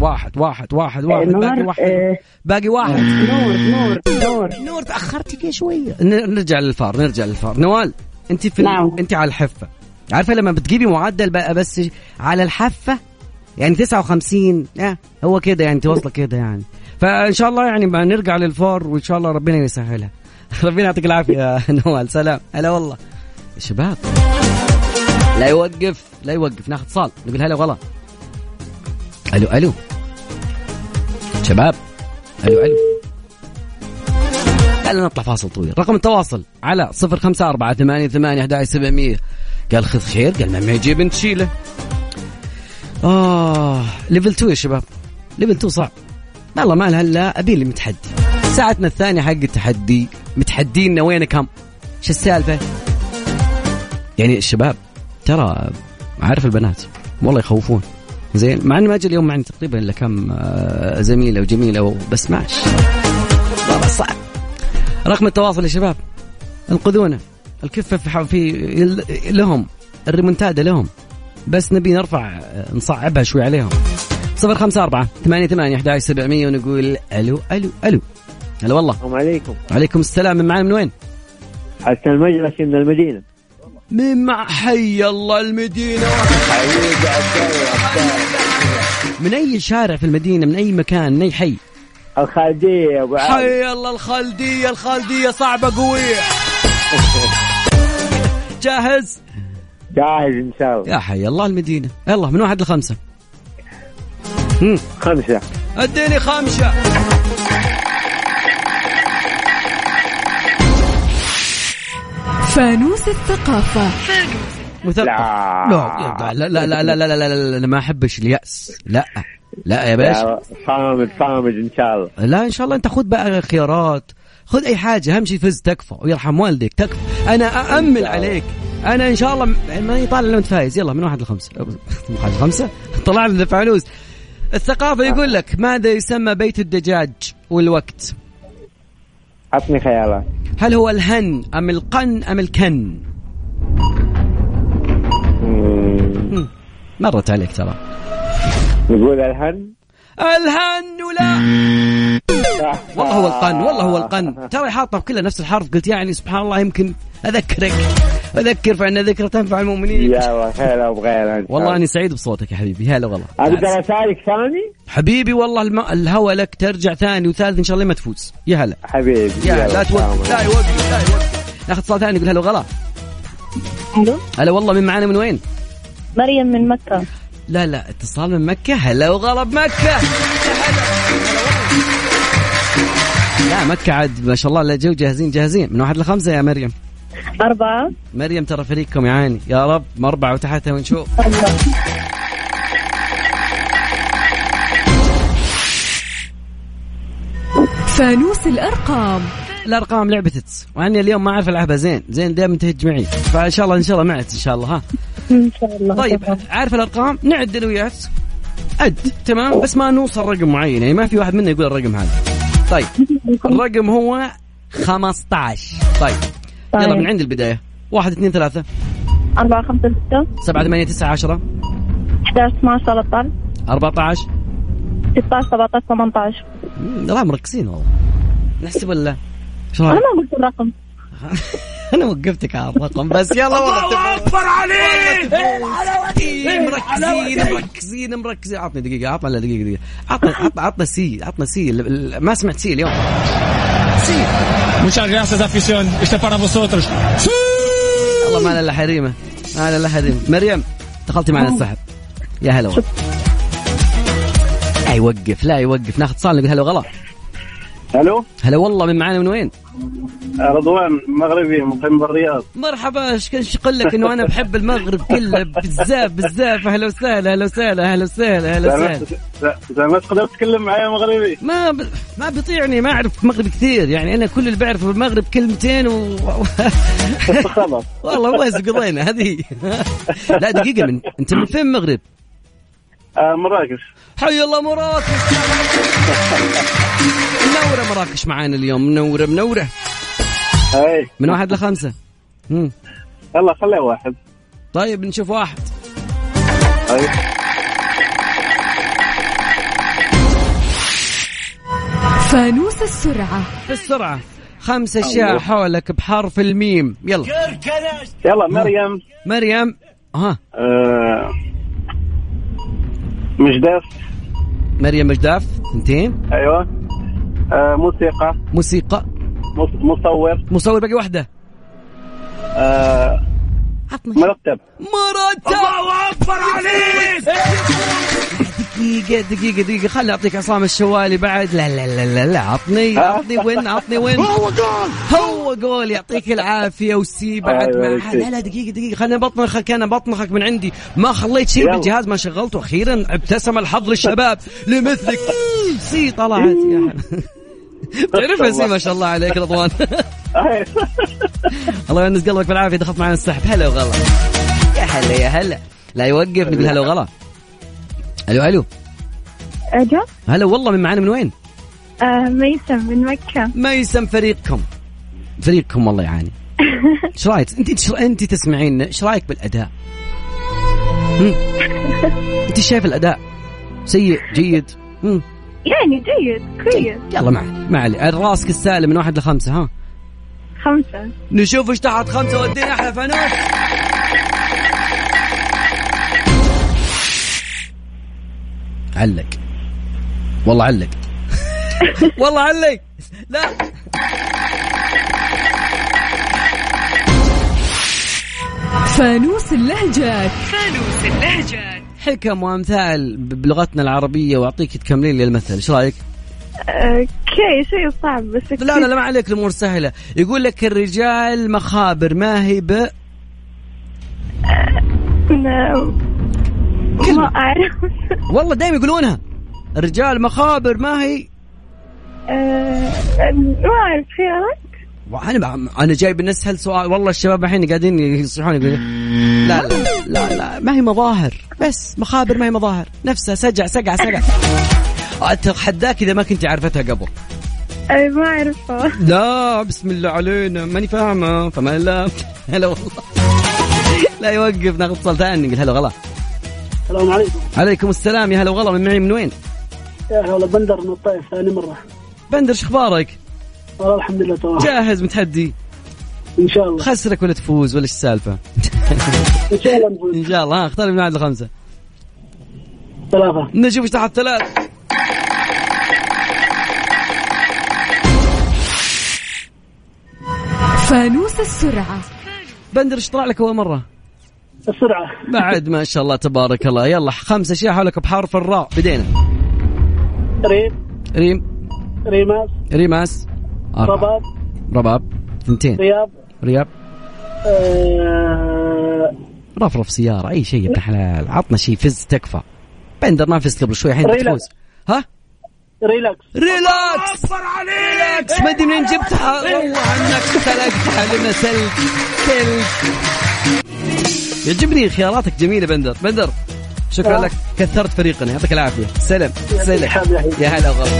باقي واحد. نور تأخرتي كده شوية. نرجع للفار. نوال انت انت على الحفة. عارفة لما بتجيبي معدل بقى بس على الحفة يعني 59 هو كده يعني توصل كده يعني. فإن شاء الله يعني ما نرجع للفار وإن شاء الله ربنا يسهلها. ربنا يعطيك العافية يا نوال. سلام. هلا والله يا شباب. لا يوقف. ناخذ اتصال نقول هلا والله. الو شباب. الو خلينا نطلع فاصل طويل. رقم التواصل على 054 88 11 700. قال خذ خير، قال ما يجيب انت شيله. ليفل 2 يا شباب. ليفل 2 صعب والله، ما لها الا ابي اللي متحدي. ساعتنا الثانية حق التحدي متحدينا وينك هم؟ شو السالفة؟ يعني الشباب ترى عارف البنات والله يخوفون زين، مع اني ما اجي اليوم معنا تقريبا الا كم زميله وجميله بس ماشي والله صعب. رقم التواصل يا شباب انقذونا. الكفه في لهم، الريمونتادا لهم، بس نبي نرفع نصعبها شوي عليهم. 054 88 11 700 ونقول الو. هلا والله. السلام عليكم. وعليكم السلام. من معنا من وين؟ حسن المجلسي من المدينة. حي الله المدينة. من أي شارع في المدينة؟ من أي مكان؟ من أي حي؟ الخالدية أبو عاد. حي الله الخالدية صعبة قوية. جاهز إن شاء الله. يا حي الله المدينة. يلا من 1 ل5. 5. اديني 5. فانوس الثقافة. لا لا لا لا لا لا لا لا لا ما أحبش اليأس. لا يا باشا. صامد إن شاء الله. لا إن شاء الله. أنت خذ بقى خيارات، خذ أي حاجة، أهم شيء فز. تكفى ويرحم والديك. تكفى. أنا أأمل عليك. أنا إن شاء الله ما يطالع لما تفايز. يلا من 1 ل5. 5 طلع لنا فانوس الثقافة. يقول لك ماذا يسمى بيت الدجاج والوقت؟ عطني خيارات. هل هو الهن أم القن أم الكن؟ مرت عليك ترى. نقول الهن ولا والله هو القن. ترى حاطه كلها نفس الحرف. قلت يعني سبحان الله يمكن أذكرك. أذكر فإن ذكرى تنفع المؤمنين. يا هلا وغير. والله أني سعيد بصوتك يا حبيبي. هلا والله. أقدر أشارك ثاني حبيبي والله الهوى لك ترجع ثاني وثالث إن شاء الله ما تفوز. يا هلا حبيبي. يا لا توقف لا يوقف. ناخذ اتصال ثاني. يقول هلا وغلا. الو هلا والله. من معنا من وين؟ مريم من مكة. لا اتصال من مكة. هلا وغلا بمكة. لا مكة عاد ما شاء الله الجو جاهزين من 1 ل5 يا مريم. 4. مريم ترى فريقكم يعاني يا رب 4 وتحتها ونشوف. فانوس الأرقام لعبة تتس وأنا اليوم ما أعرف ألعبها زين دائما تهج معي فإن شاء الله معت إن شاء الله. ها إن شاء الله. طيب عارف الأرقام نعد أنا وياك تمام بس ما نوصل رقم معين يعني ما في واحد منا يقول الرقم هذا. طيب الرقم هو 15. طيب يلا من عند البداية. 1 2 3 4 5 6 7 8 9 10 11 12 13 14 16 17 18. لا مركزين والله. نحسب ولا أنا ما قلت الرقم. أنا وقفتك على الرقم بس يلا والله أكبر عليك. مركزين. عطني دقيقة. عطنا سي ما سمعت سي اليوم. سي Muchas gracias afición. Este para vosotros. والله ما لنا حريمة. مريم دخلتي معنا السحب. يا هلا والله. لا يوقف. ناخذ اتصال نقول هلا وغلا. هلا والله. من معنا من وين؟ رضوان مغربي مقيم بالرياض. مرحبا. ايش اقول لك انه انا بحب المغرب كله بزاف. اهلا وسهلا. ما تقدر تتكلم معايا مغربي؟ ما بيطيعني. ما اعرف مغربي كثير يعني انا كل اللي بعرفه بالمغرب كلمتين خلاص والله ويز قضينا هذه. لا دقيقة انت من فين المغرب؟ مراكش. حي الله مراكش. منورة مراكش معانا اليوم. منورة. اي من 1 ل5. يلا خليه 1. طيب نشوف 1. أي. فانوس السرعة 5 أشياء حولك بحرف الميم. يلا مريم. ها مجداف. مريم مجداف 2. ايوه. موسيقى. مصور باقي واحدة. مرتب. الله أكبر عليك. دقيقة خلي أعطيك عصام الشوالي بعد. لا عطني وين هو جول يعطيك العافية وسي بعد. لا دقيقة خلينا بطنخك. أنا بطنخك من عندي ما خليت شيء بالجهاز ما شغلته. أخيرا ابتسم الحظ للشباب لمثلك. سي طلعت يا تعرفها سي ما شاء الله عليك رضوان. الله ينس قلبك بالعافية. دخلت معنا السحب. هلا وغلا. يا هلا. لا يوقف. نقول هلا وغلا. الو أجا. هلا والله. من معنا من وين؟ ميسم من مكة. ميسم فريقكم والله يعاني. ايش رايك انت تسمعين ايش رايك بالاداء؟ انت شايف الاداء سيء جيد؟ يعني جيد كويس. يلا ما علي. راسك السالم من 1 ل5. ها 5. نشوف ايش تحت 5 ودينا احلى فانوس. علق والله علق. والله علق. لا فانوس اللهجات حكم وامثال بلغتنا العربية واعطيك تكملين لي المثل. ايش رايك؟ اوكي شيء صعب بس لا ما عليك الامور سهلة. يقول لك الرجال مخابر ما هي ما أعرف والله دايما يقولونها. الرجال مخابر ما هي ما أعرف خيارك. أنا جايب نسهل سؤال والله. الشباب الحين قاعدين يصيحون يقولون لا ما هي مظاهر بس مخابر ما هي مظاهر. نفسها سقع أتحداك إذا ما كنت عرفتها قبل. ما أعرفها. لا بسم الله علينا ماني فاهمة فما لا. هلا والله. لا يوقف. ناخذ اتصال ثاني. نقول هلا غلا. السلام عليكم. عليكم السلام. يا هلا وغلا. من معي من وين؟ يا هلا بندر من الطائف. ثاني مرة. بندر شخبارك؟ والله الحمد لله تمام. جاهز متحدي؟ إن شاء الله. خسرك ولا تفوز ولا إيش السالفة؟ إن شاء الله نفوز. إن شاء الله. اختار من عدد 5. 3. نشوف إيش تحت 3. فانوس السرعة. بندر إيش طلع لك أول مرة؟ السرعة. بعد ما شاء الله تبارك الله. يلا 5 أشياء حولك بحرف الراء. بدينا. ريم. ريماس. رباب. 2. رياب. رفرف سيارة. أي شيء ابن حلال. عطنا شيء فز تكفى. بندر ما فزت قبل شوي الحين تفوز. ها؟ ريلاكس. أكبر عليك. ما أدري منين جبتها والله عنك سلقتها لنا سلك. يعجبني خياراتك جميلة بندر. شكرا لك كثرت فريقنا يعطيك العافية. سلام. يا هلا وغلا.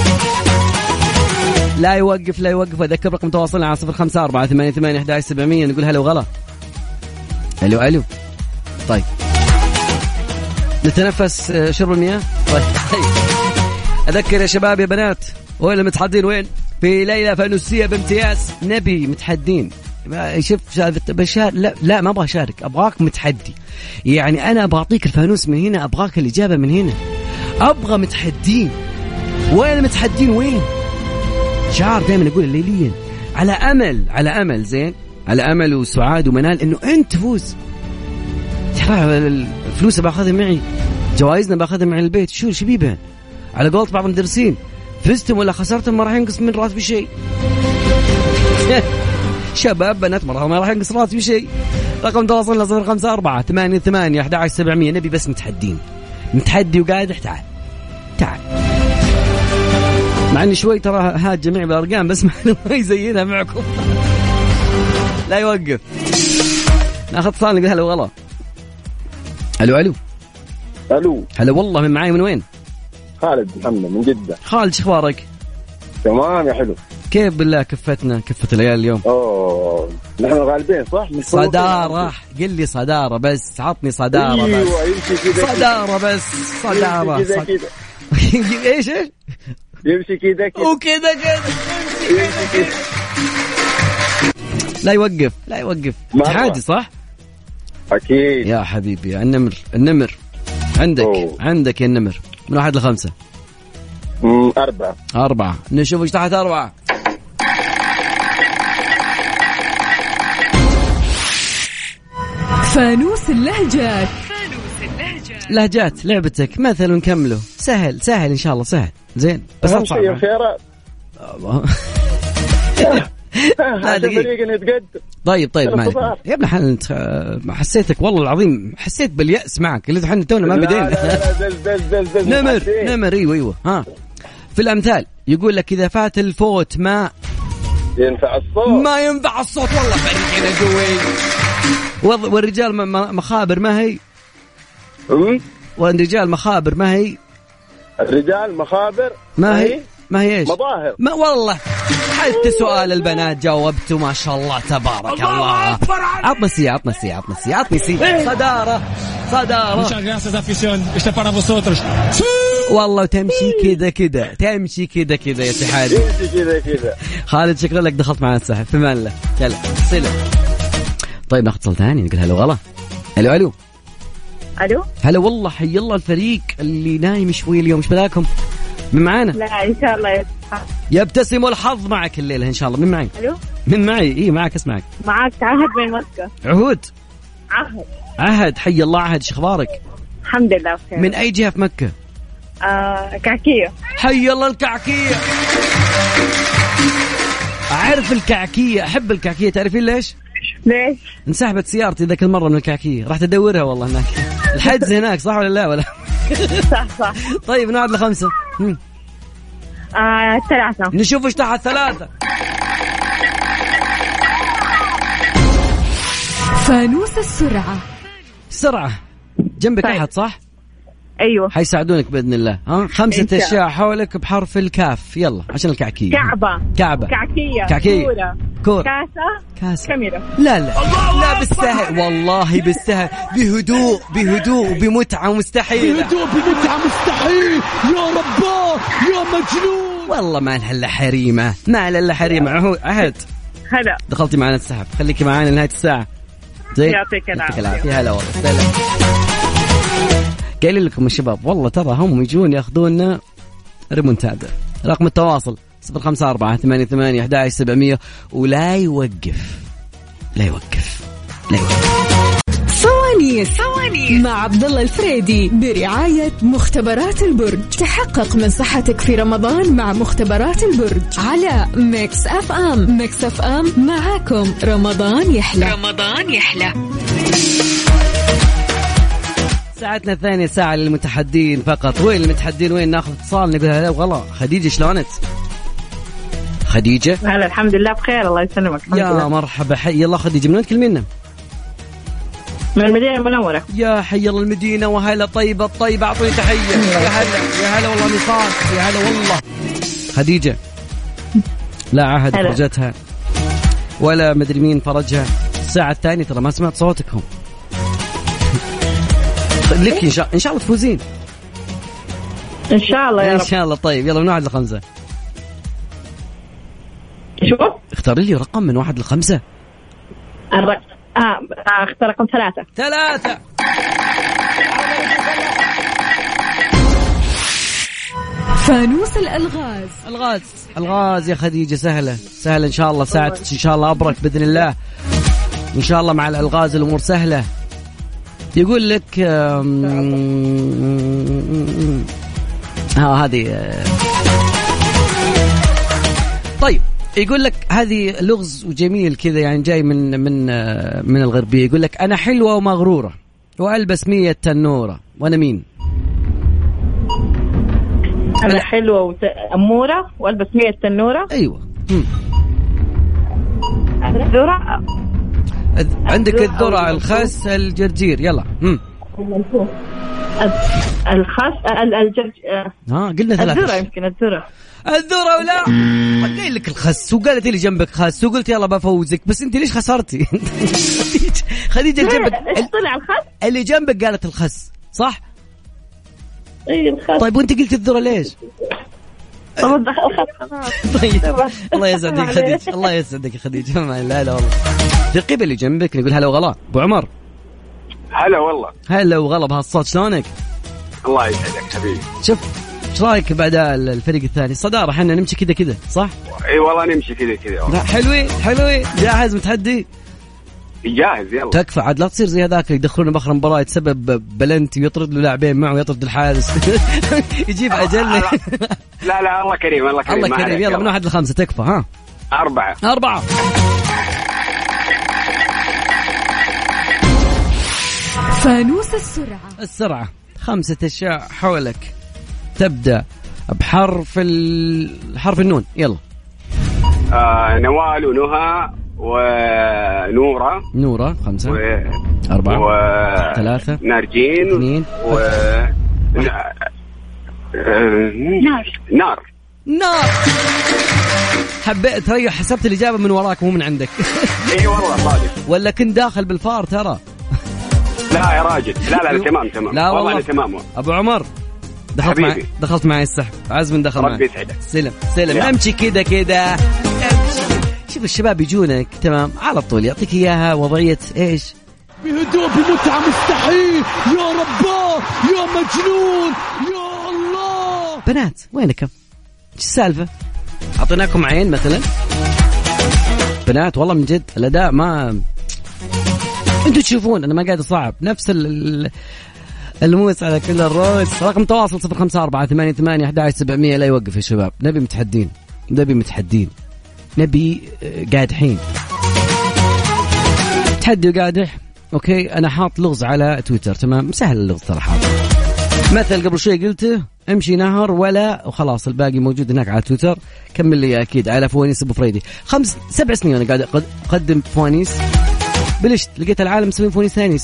لا يوقف أذكر رقم تواصلنا على 0548811700. نقول هلا وغلا. ألو. طيب نتنفس شرب المياه. طيب أذكر يا شباب يا بنات وين المتحدين وين في ليلة فانوسية بامتياز. نبي متحدين. شوف لا ما أبغى أشارك. أبغاك متحدي. يعني أنا بعطيك الفانوس من هنا أبغاك الإجابة من هنا. أبغى متحدين. وين المتحدين وين؟ شعار دائما أقول الليليا على أمل زين على أمل وسعاد ومنال إنه أنت تفوز. الفلوس باخذها معي جوائزنا باخذها معي البيت. شو شبيبها على قولة بعض المدرسين فزتم ولا خسرتم ما راح ينقص من راتبي شيء. شباب بنات ما راح ينقص راتبي شيء. رقم تواصلنا 0548811700. نبي بس متحدي وقادح. تعال مع اني شوي ترى هاد جميع بالارقام بس ما يزينها معكم. لا يوقف. ناخذ اتصال نقول هلا والله. الو هلا والله. من معاي من وين؟ خالد محمد من جدة. خالد شو اخبارك؟ تمام يا حلو. كيف بالله كفتنا كفة العيال اليوم؟ نحن غالبين صح؟ صدارة. قل لي صدارة بس. عطني صدارة. أيوة بس يمشي كذا صدارة بس. صدارة ايش يمشي كذا وكذا لا يوقف. تحادي صح؟ أكيد يا حبيبي. النمر عندك يا النمر. من 1 ل 5. 4. نشوف ايش تحت 4. فانوس اللهجات. لهجات لعبتك مثلا نكمله. سهل إن شاء الله سهل زين بس أهم شيء الخيارات. طيب ما يا ابن حل انت حسيتك والله العظيم حسيت باليأس معك اللي احنا تونا ما بدينا. نمر ايوه ها. في الامثال يقول لك اذا فات الفوت ما ينفع الصوت والله فريقنا قوي. والرجال مخابر ما هي. والرجال مخابر ما هي. الرجال مخابر ما هي ايش؟ مظاهر. ما والله حتى سؤال البنات جاوبته ما شاء الله تبارك الله. عطنا سي. والله تمشي كذا يا سحادي. خالد شكرا لك دخلت معنا السحب. في امان الله. يلا سلام. طيب ناخذ اتصال ثاني نقول هلا وغلا. الو هلا والله. حي الله الفريق اللي نايم شوي اليوم. ايش بلاكم من معانا؟ لا ان شاء الله يبتسم والحظ معك الليله ان شاء الله. من معي؟ من معي معك اسمعك. معك عهد من مكة. عهد. حي الله عهد. شو اخبارك؟ الحمد لله بخير. من اي جهه في مكه؟ كعكية. حي الله الكعكية. اعرف الكعكية. احب الكعكية. تعرفين ليش؟ انسحبت سيارتي ذاك المرة من الكعكية. راح ادورها والله هناك. الحجز هناك صح ولا لا ولا؟ صح. طيب نعد ل5. 3. نشوف ايش تحت 3. فانوس السرعة. جنبك طيب. أحد صح؟ أيوة حيساعدونك بإذن الله. 5 أشياء حولك بحرف الكاف. يلا عشان الكعكية. كعبة. كعكية. كورة. كاسة. كاميرا. لا بالسهل والله بالسهل. بهدوء وبمتعة مستحيل. يا رباه يا مجنون. والله ما لها إلا حريمة. عهد. هلا دخلتي معنا السحب، خليكي معنا لنهاية الساعة. زين يعطيك العافية. هلا والله سلام. قايل لكم الشباب والله ترى هم يجون ياخذونا ريمونتادا. رقم التواصل 0548811700 ولا يوقف لا يوقف لا يوقف. فوانيس مع عبد الله الفريدي برعاية مختبرات البرج. تحقق من صحتك في رمضان مع مختبرات البرج على ميكس اف ام. ميكس اف ام معاكم رمضان يحلى. رمضان يحلى. ساعتنا الثانية ساعة للمتحدين فقط. وين المتحدين؟ وين ناخذ اتصال نقول هلا وغلا. خديجة شلونك؟ خديجة هلا الحمد لله بخير الله يسلمك. يا مرحبا حي الله خديجة. من وين تكلمينا؟ من المدينة المنورة. يا حي الله المدينة وهلا طيبة الطيبة أعطوني تحية. يا هلا والله نصاص. يا هلا والله خديجة. لا عهد فرجتها ولا مدري مين فرجها. الساعة الثانية ترى ما سمعت صوتكم. لك إن شاء الله تفوزين إن شاء الله يا رب. إن شاء الله. طيب يلا من 1 ل 5. شو؟ اختار لي رقم من 1 ل 5. اختار رقم 3. فانوس الغاز يا خديجة. سهلة إن شاء الله. ساعتك إن شاء الله أبرك بإذن الله. إن شاء الله مع الألغاز الأمور سهلة. يقول لك هذه طيب يقول لك هذه لغز وجميل كذا يعني جاي من الغربية. يقول لك أنا حلوة ومغرورة وألبس 100 تنورة وأنا مين؟ أنا حلوة وأمورة وألبس 100 تنورة. أيوة. الذرة. عندك الذرة الخس الجرجير. يلا الخس قلنا 3. الذرة يمكن الذرة ولا قايل لك الخس وقالت لي جنبك خس وقلت يلا بفوزك بس انت ليش خسرتي؟ خديجة جنبك طلع الخس اللي جنبك قالت الخس صح؟ اي الخس. طيب وانت قلت الذرة ليش؟ طيب الله يسعدك خديجة. الله يسعدك يا خديجة. لا والله ثقيب اللي جنبك نقول هلا وغلا. ابو عمر هلا والله. هلا وغلا بهالصوت شلونك؟ الله يسعدك حبيبي. شوف ايش رايك بعد الفريق الثاني؟ الصدارة احنا نمشي كذا صح؟ اي والله نمشي كذا. حلوين جاهز متحدي؟ جاهز يلا. تكفى عاد لا تصير زي هذاك يدخلون بخر مباراة يتسبب بلنتي ويطرد له لاعبين معه ويطرد الحارس يجيب أجل. لا الله كريم. يلا من 1 ل 5. تكفى. ها 4. فانوس السرعة 5 أشياء حولك تبدأ بحرف حرف النون. يلا. نوال ونهى ونورة 5 4 3 نارجين 2 نار. حبيت تريح. حسبت الإجابة من وراك مو من عندك. اي والله صادق. ولا كنت داخل بالفار ترى؟ لا يا راجل. لا تمام. لا والله تمام. أبو عمر دخلت معي السحب. عزم دخل معي. ربي يسعدك. سلم نمشي كذا. شوف الشباب يجونك تمام على طول يعطيك إياها وضعية إيش؟ بهدوء بمتعة مستحيل. يا رباه يا مجنون يا الله. بنات وينكم؟ ايش السالفة؟ أعطيناكم عين مثلا بنات. والله من جد الأداء ما انتوا تشوفون أنا ما قاعد أصعب. نفس الموس على كل الروس. رقم تواصل 0548811700. لا يوقف يا شباب. نبي متحدين. نبي قادحين. تحدي وقادح. اوكي انا حاط لغز على تويتر تمام. سهل اللغز ترى حاط مثل قبل شوي قلته امشي نهر ولا وخلاص. الباقي موجود هناك على تويتر. كمل لي اكيد على فوانيس ابو فريدي. 7 سنين انا قاعد اقدم فوانيس. بلشت لقيت العالم مسوين فوانيس ثاني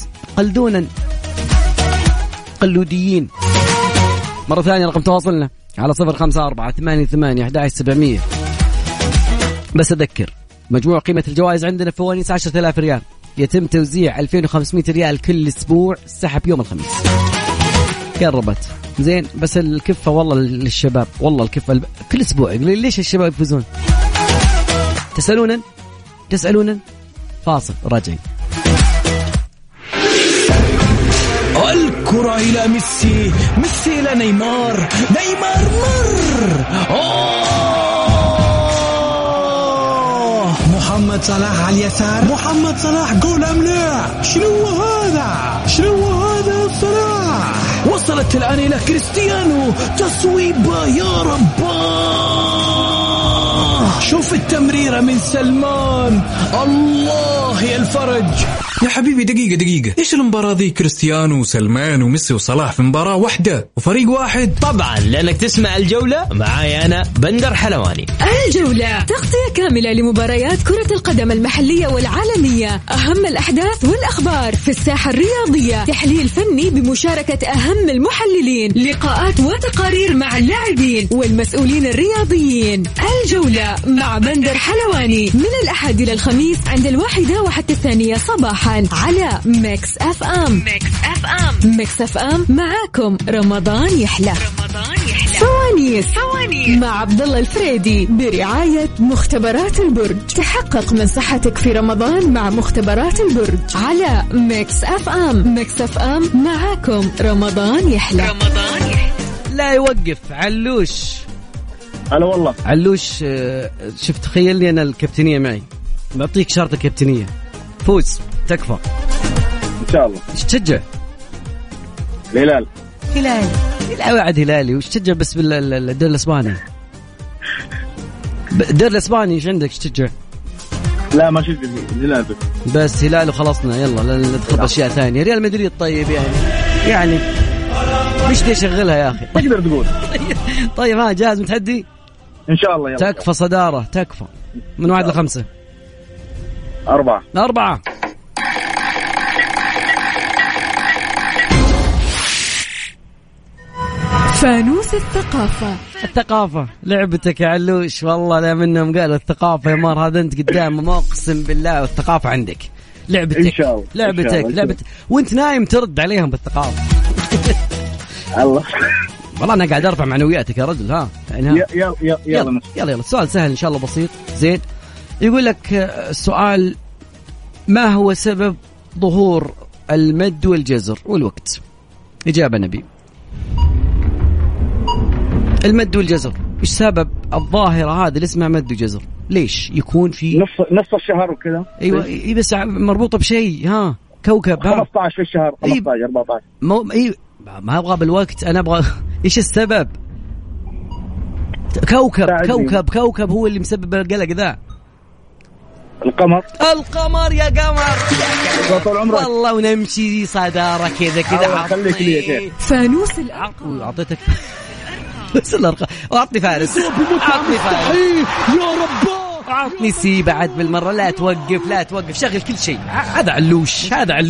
قلوديين. مرة ثانية رقم تواصلنا على 0548811700. بس أذكر مجموع قيمة الجوائز عندنا فوانيس 10,000 ريال. يتم توزيع 2500 ريال كل أسبوع. سحب يوم الخميس. قربت زين. بس الكفة والله للشباب. والله الكفة كل أسبوع. يقول ليش الشباب يفوزون؟ تسألونا تسألون. فاصل راجعين. الكرة إلى ميسي، ميسي إلى نيمار، نيمار مر. محمد صلاح على اليسار، محمد صلاح جول أم لا؟ شنو هذا صلاح؟ وصلت الآن إلى كريستيانو، تصويبة يا رب. شوف التمريرة من سلمان، الله يا الفرج. يا حبيبي دقيقة، إيش المباراة ذي؟ كريستيانو وسلمان وميسي وصلاح في مباراة واحدة وفريق واحد؟ طبعا لأنك تسمع الجولة معاي أنا بندر حلواني. الجولة تغطية كاملة لمباريات كرة القدم المحلية والعالمية، أهم الأحداث والأخبار في الساحة الرياضية، تحليل فني بمشاركة أهم المحللين، لقاءات وتقارير مع اللاعبين والمسؤولين الرياضيين. الجولة مع بندر حلواني من الأحد إلى الخميس عند 1 وحتى 2 صباحا على ميكس اف ام. ميكس اف ام معاكم رمضان يحلى. فوانيس مع عبد الله الفريدي برعاية مختبرات البرج. تحقق من صحتك في رمضان مع مختبرات البرج على ميكس اف ام. ميكس اف ام معاكم رمضان يحلى. لا يوقف علوش. هلا والله علوش. شفت تخيل لي أنا الكابتنية معي، بعطيك شرط الكابتنية، فوز تكفى إن شاء الله. إيش تشجع؟ هلال وعد هلالي. وش تشجع بس بالدوري الإسباني؟ الدوري الإسباني إيش عندك؟ إيش تشجع؟ لا ما شفت هلال بس هلال وخلصنا. يلا لا ندخل أشياء ثانية. ريال مدريد طيب يعني مش دي شغلها يا أخي. تقدر تقول. طيب ها جاهز متحدي؟ إن شاء الله. يلا. تكفى صدارة تكفى. من 1 ل5. 4. فانوس الثقافة لعبتك يا علوش. والله لا منهم قالوا الثقافة يا مار، هذا أنت قدام ما أقسم بالله. والثقافة عندك لعبتك إن شاء الله. لعبتك وانت نايم ترد عليهم بالثقافة. الله والله أنا قاعد أرفع معنوياتك يا رجل. ها يعني يلا سؤال سهل إن شاء الله بسيط زين. يقول لك السؤال: ما هو سبب ظهور المد والجزر والوقت؟ إجابة نبي. المد والجزر، إيش سبب الظاهرة هذه اللي اسمها مد وجزر؟ ليش يكون في نص الشهر وكذا؟ أيوة بس مربوطة بشيء. ها كوكب 15 في الشهر 15 14 ما أبغى بالوقت، أنا أبغى إيش السبب؟ كوكب هو اللي مسبب القلق ذا. القمر يا قمر طول عمرك. والله ونمشي صدارة كذا. خليك لي يا شيخ. فانوس الأرقام. أعطيتك بس الأرقام. أعطني فارس يا رب. أعطني سي بعد بالمرة. لا توقف شغل كل شيء. هذا علوش.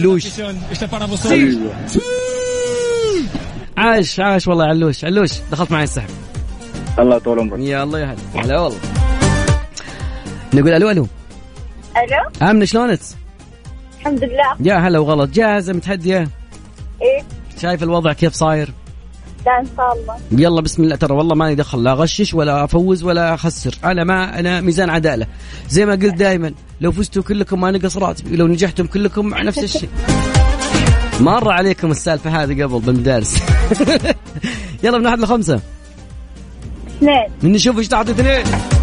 عاش والله علوش. دخلت معي السحب. الله طول عمرك. يا الله يا هلا والله. نقول ألو آمنة شلونك؟ الحمد لله. يا هلا وغلط. جاهزة متحدية؟ إيه. شايف الوضع كيف صاير؟ لا إن شاء الله. يلا بسم الله. ترى والله ماني دخل لا أغشش ولا أفوز ولا أخسر. أنا ميزان عدالة زي ما قلت دائما. لو فزتوا كلكم ما نقص راتبي، لو نجحتم كلكم مع نفس الشيء. مر عليكم السالفة هذه قبل بالمدارس. يلا من 1 ل5. 2. نشوف ايش تعطي 2.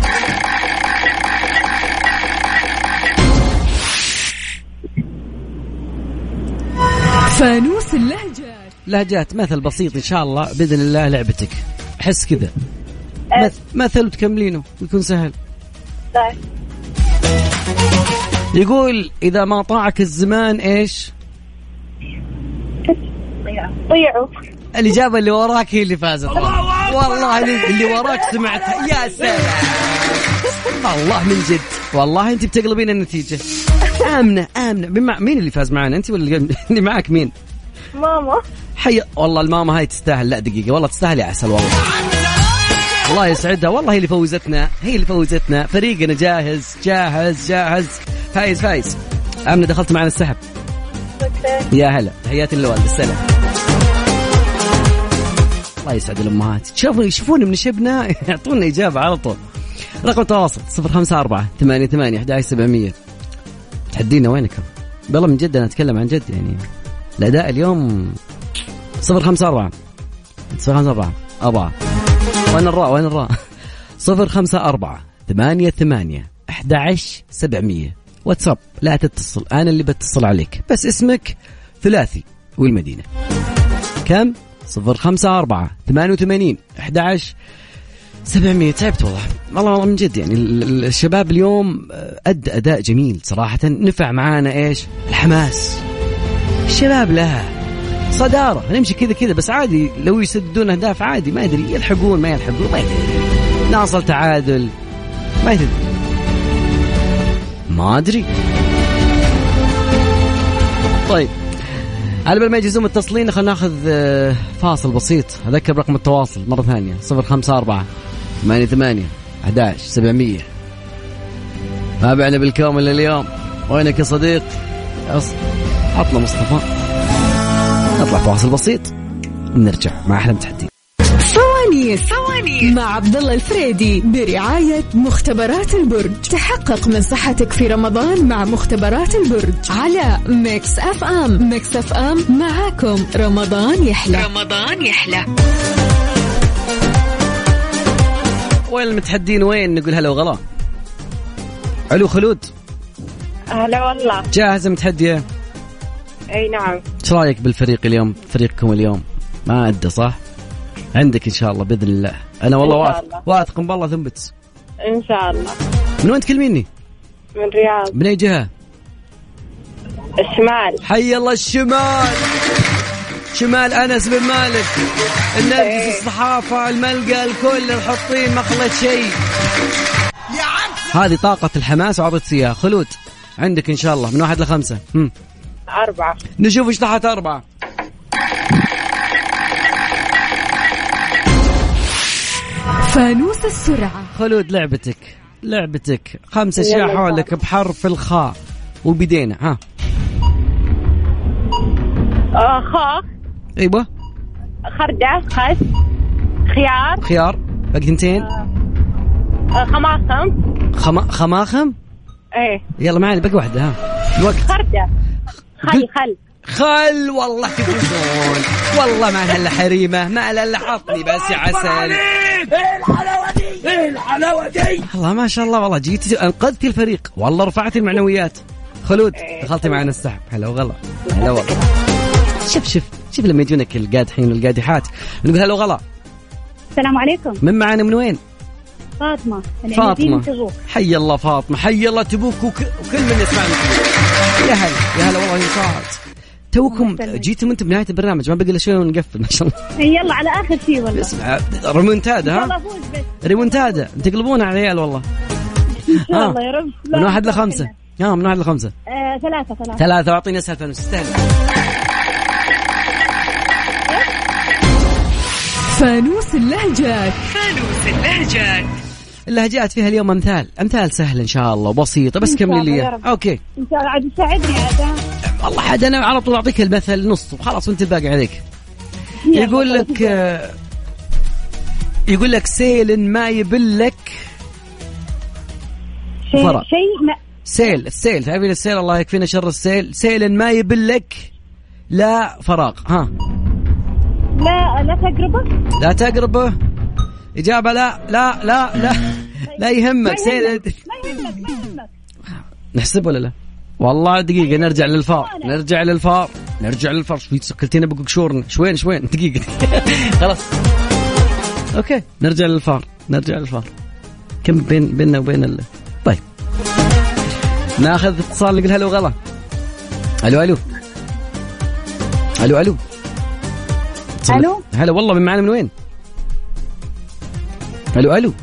فانوس اللهجات مثل بسيط إن شاء الله بإذن الله. لعبتك حس كذا مثل وتكملينه ويكون سهل. طيب. يقول: إذا ما طاعك الزمان إيش؟ طيعوا. الإجابة اللي وراك هي اللي فازت. والله اللي وراك سمعتها. يا سلام والله من جد. والله أنت بتقلبين النتيجة. آمنة مين اللي فاز معنا؟ أنت ولا اللي معك مين؟ ماما. والله الماما هاي تستاهل. لا دقيقة والله تستاهل يا عسل. والله يسعدها. والله هي اللي فوزتنا. فريقنا جاهز. فايز. آمنة دخلت معنا السحب. يا هلا. تحياتي للوالد. السلام. الله يسعد الأمهات. يشوفون من شبنا يعطونا إجابة على طول. رقم تواصل 054-88-11-700. تحدينا وينكم؟ والله من جد أنا أتكلم عن جد يعني الأداء اليوم 054 4 وين الراء 054 88 11 700 واتساب. لا تتصل، أنا اللي بتصل عليك، بس اسمك ثلاثي والمدينة. كم؟ 054 88 11 700. تعبت والله من جد يعني. الشباب اليوم أدى أداء جميل صراحة، نفع معانا إيش؟ الحماس. الشباب لها صدارة، نمشي كذا بس عادي لو يسددون أهداف عادي، ما يدري يلحقون ما يلحقون، ما يدري ناصل تعادل ما يدري ما أدري. طيب على بال ما يجهزون متصلين خلينا ناخذ فاصل بسيط. أذكر رقم التواصل مرة ثانية 054 88 11 700. تابعنا بالكامل اليوم. وينك يا صديق؟ عطنا مصطفى. نطلع فاصل بسيط ونرجع مع أحلى تحدي. فوانيس مع عبد الله الفريدي برعاية مختبرات البرج. تحقق من صحتك في رمضان مع مختبرات البرج على ميكس اف ام. ميكس اف ام معاكم رمضان يحلى. وين المتحدين؟ وين نقول هلا وغلا؟ علو خلود. هلا والله. جاهزة متحدية؟ اي نعم. ايش رايك بالفريق اليوم؟ فريقكم اليوم ما أدى صح؟ عندك إن شاء الله بإذن الله. أنا والله واثق بالله ثنبت إن شاء الله. من وين تكلميني؟ من الرياض. من أي جهة؟ الشمال. حي الله الشمال. شمال أنس بن مالك، النرجس، الصحافة، الملقى، الكل الحطين، ما خليت شيء. هذه طاقة الحماس وعطت إياها. خلود عندك إن شاء الله من 1 ل 5. 4. نشوف إيش طاحت 4. فانوس السرعة. خلود لعبتك 5 أشياء حولك بحرف الخاء وبدينا. ها خاء. ايوه. خردة. خس. خيار. باقي 2. خماخم. ايه يلا معنا باقي واحدة. ها الوقت. خردة. خل. والله تفوزون. والله ما لها حريمة، ما لها حطني بس يا عسل. ايه الحلاوة دي. الله ما شاء الله والله جيتي انقذتي الفريق، والله رفعتي المعنويات. خلود دخلتي معنا السحب. هلا وغلا. هلا والله. شوف لما يجونك القادحين والقادحات نقول هلا وغلا. السلام عليكم. من معنا من وين؟ فاطمة. حي الله فاطمة، حي الله تبوك وكل من يسمعنا. يا هلا والله ينصات. توكم جيتم انتم بنهاية البرنامج، ما بقي الا شوي ونقفل ما شاء الله. يلا على آخر شيء والله. اسمع ريمونتادا. ها ريمونتادا تقلبون على العيال والله. إن شاء الله يا رب. من 1 ل 5. من 1 ل 5. 3. أعطيني أسهل فانوس استهل. فانوس اللهجات. اللهجات فيها اليوم أمثال سهلة إن شاء الله وبسيطة، بس كملي لي. أوكي إن شاء الله عاد يساعدني عاد. والله حد أنا على طول أعطيك المثل نص وخلاص وأنت الباقي عليك. يقول لك سيل ما يبلك فرق. السيل تعرفين السيل، الله يكفينا شر السيل. سيل ما يبلك لا فراغ. ها لا تقربه. إجابة لا يهمك. سيل نحسب ولا لا؟ والله دقيقة نرجع للفار. شوي سكلتين أبوك شورنا شوين دقيقة. خلاص أوكي نرجع للفار. كم بيننا وبين طيب ناخذ اتصال نقول هلا وغلا. الو هلا والله. من معنا من وين؟ الو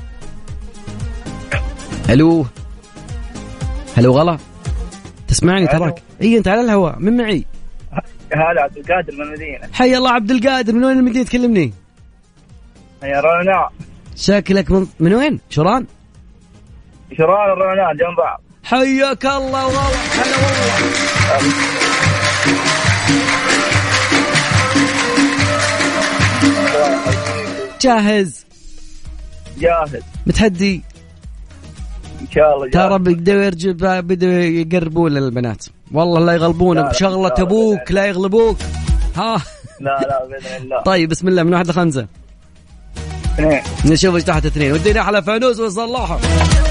هلا وغلا. تسمعني تراك؟ اي انت على الهواء. من معي؟ هلا عبد القادر من المدينة. حي الله عبد القادر. من وين المدينة تكلمني؟ يا روناء. شكلك من وين؟ شران الروناء جنب بعض. حياك الله وغلا. هلا والله. جاهز. متحدي إن شاء الله. ترى بدوا يقربون للبنات، والله لا يغلبونك بشغلة أبوك لا يغلبوك. ها لا بإذن الله. طيب بسم الله، من 1 ل 5. 2. نشوف ايش تحت 2. ودينا على فانوس وصلاحه.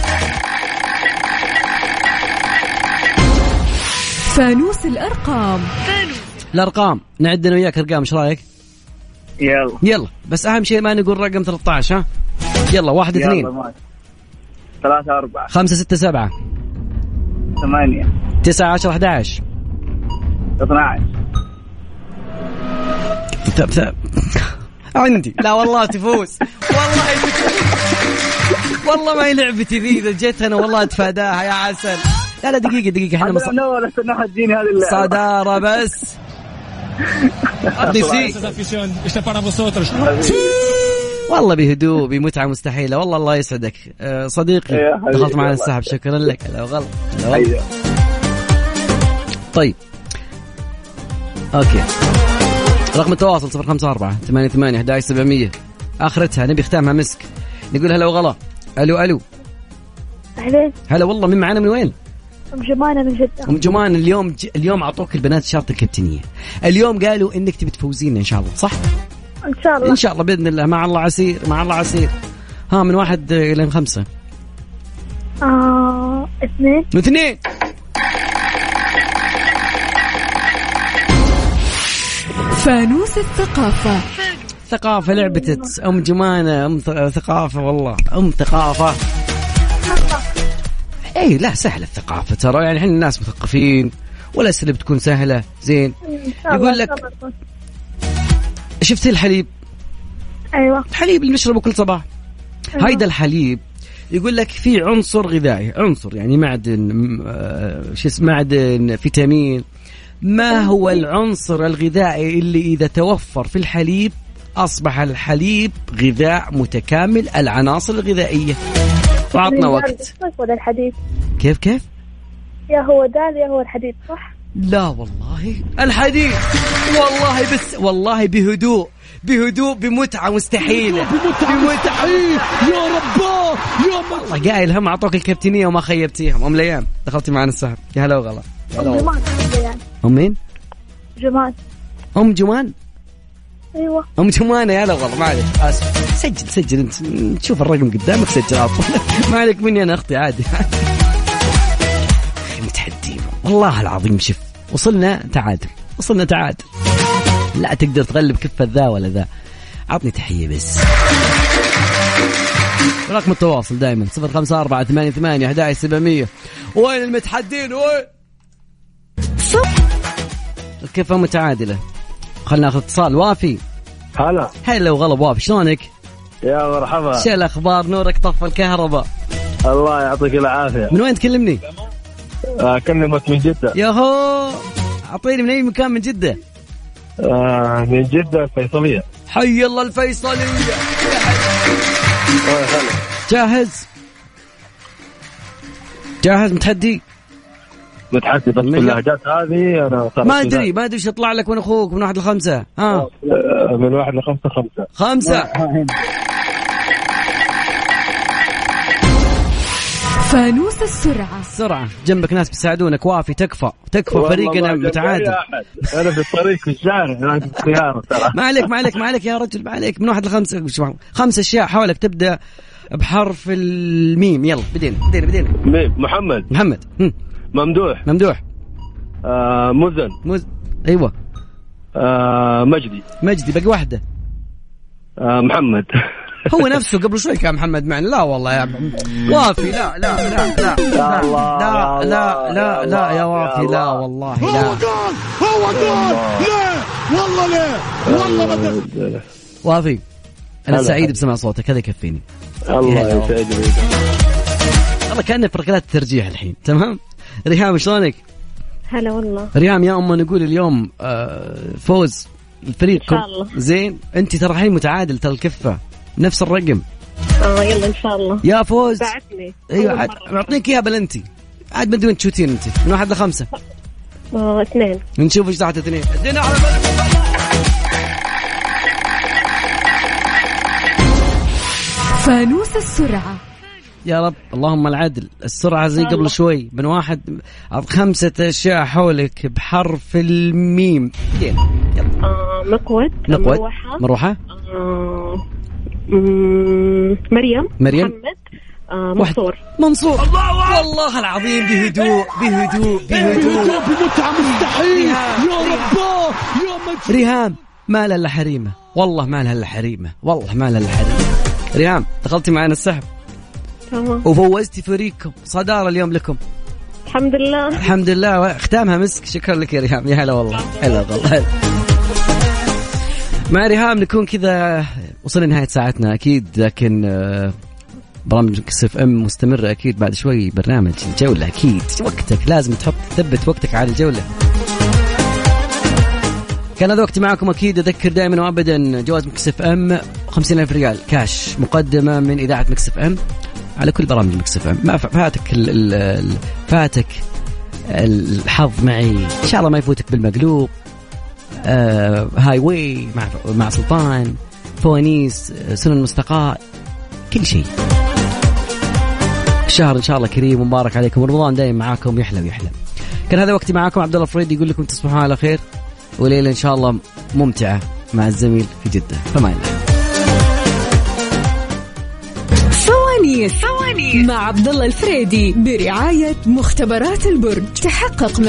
فانوس الأرقام. الأرقام نعد أنا وياك أرقام، إيش رأيك؟ يلا بس أهم شيء ما نقول رقم 13. ها يلا 1 2 3 4 5 6 7 8 9 10 11 12. عندي لا والله تفوز، والله ما هي لعبتي ذي، إذا جيت أنا والله أتفاداها يا عسل. لا دقيقة احنا صدارة بس. والله بهدوء بمتعة مستحيلة، والله الله يسعدك صديقي، دخلت معنا السحب، شكرا لك. لا غلط. طيب اوكي، رقم التواصل 054-88-11-700 آخرتها، نبي ختامها مسك. نقول هلا وغلا. الو هلا والله، من معنا من وين؟ أم جمانة من جدة. أم جمان، اليوم أعطوك البنات شرط الكابتنية. اليوم قالوا إنك تبي تفوزين إن شاء الله، صح؟ إن شاء الله بإذن الله، مع الله عسير. ها من 1 إلى 5. 2. فانوس الثقافة لعبة أم جمانة. ثقافة والله، ثقافة. اي لا سهلة الثقافة ترى، يعني احنا الناس مثقفين والأسئلة بتكون سهلة. زين يقول لك شفت الحليب؟ ايوه الحليب اللي نشربه كل صباح. أيوة. هيدا الحليب يقول لك فيه عنصر غذائي، عنصر يعني معدن، معدن، فيتامين. ما هو العنصر الغذائي اللي إذا توفر في الحليب أصبح الحليب غذاء متكامل العناصر الغذائية؟ وعطنا وقت. الحديد. كيف يا هو دال يا هو الحديد، صح؟ لا والله الحديد، والله بس والله بهدوء بمتعة مستحيلة، بمتعة. يا رباه والله قايل هم أعطوك الكابتنية وما خيبتيهم. أم ليان دخلتي معنا السحب، يا هلا وغلا. أم مين؟ أم جمان. ايوه ام جمانه. يا لا والله ما عليك، اسف. سجل انت، تشوف الرقم قدامك سجل عطوا. ما عليك مني انا اختي، عادي. متحدين والله العظيم. شوف وصلنا تعادل. لا تقدر تغلب كفة ذا ولا ذا. عطني تحية بس. رقم التواصل دائما 054-88-11-700. وين المتحدين؟ وين الكفة متعادلة. خلنا ناخذ اتصال. وافي. هلا وغلا وافي، شلونك؟ يا مرحبا. شو الاخبار؟ نورك طفى الكهرباء. الله يعطيك العافيه. من وين تكلمني؟ اكلمك من جده. ياهو، اعطيني من اي مكان من جده. من جده الفيصليه. حي الله الفيصليه. جاهز متحدي بس باللهجات هذه انا ما ادري ايش يطلع لك من اخوك. من 1 ل 5. من 1 ل 5. فانوس السرعة. جنبك ناس بيساعدونك. وافي تكفى فريقنا متعادل. انا في الطريق في الشارع انا في السياره ترى. ما عليك يا رجل، ما عليك. من 1 ل 5. 5 اشياء حولك تبدا بحرف الميم. يلا بدينا. ميم. محمد. ممدوح. مزن. ايوه. مجدي. باقي واحدة. محمد. هو نفسه قبل شوي كان محمد معنا. لا والله يا وافي. لا يا وافي. لا والله لا. هو قال لا والله ما وافي انا سعيد بسمع صوتك، هذا يكفيني. الله يسعدك. والله كأنه في ركلات الترجيح الحين. تمام. ريهام شلونك؟ هلا والله. ريهام يا أمه نقول اليوم فوز الفريق. إن شاء الله. زين انت ترى الحين متعادل، ترى الكفة نفس الرقم. يلا ان شاء الله يا فوز. بعتني. ايوه اعطيك اياها بلنتي عاد بدون تشوتين. انت من 1 ل 5. 2. نشوف ايش تحت 2. ادينا على فانوس السرعة. يا رب اللهم العدل. السرعة زي قبل شوي من 1 5 أشياء حولك بحرف الميم. مقود. مروحة. مريم. محمد. منصور. والله العظيم بهدوء بمتعة مستحيل. يا رباه يا مجد. ريهام ما لها إلا حريمة، والله ما لها إلا حريمة، والله ما لها إلا حريمة. ريهام دخلتي معنا السحب تمام وفوزتي فريقكم، صدارة اليوم لكم الحمد لله. الحمد لله، ختامها مسك. شكرا لك يا ريهام. يا هلا والله. هلا والله. مع ريهام نكون كذا وصلنا نهاية ساعتنا أكيد، لكن برامج مكس اف ام مستمرة أكيد. بعد شوي برنامج الجولة أكيد، وقتك لازم تثبت وقتك على الجولة. كان هذا وقتي معكم أكيد. أذكر دائما وأبدا جوائز مكس اف ام 50,000 ريال كاش مقدمة من إذاعة مكس اف ام على كل برامج مكس اف ام. ما فاتك الحظ معي إن شاء الله ما يفوتك بالمقلوب. هاي واي مع سلطان، فوانيس، سنن مستقاء، كل شيء. الشهر إن شاء الله كريم ومبارك عليكم، رمضان دايم معاكم يحلى ويحلى. كان هذا وقتي معاكم عبد الله الفريدي، يقول لكم تصبحوا على خير وليلة إن شاء الله ممتعة مع الزميل في جدة. فما الله. فوانيس مع عبد الله الفريدي برعاية مختبرات البرج. تحقق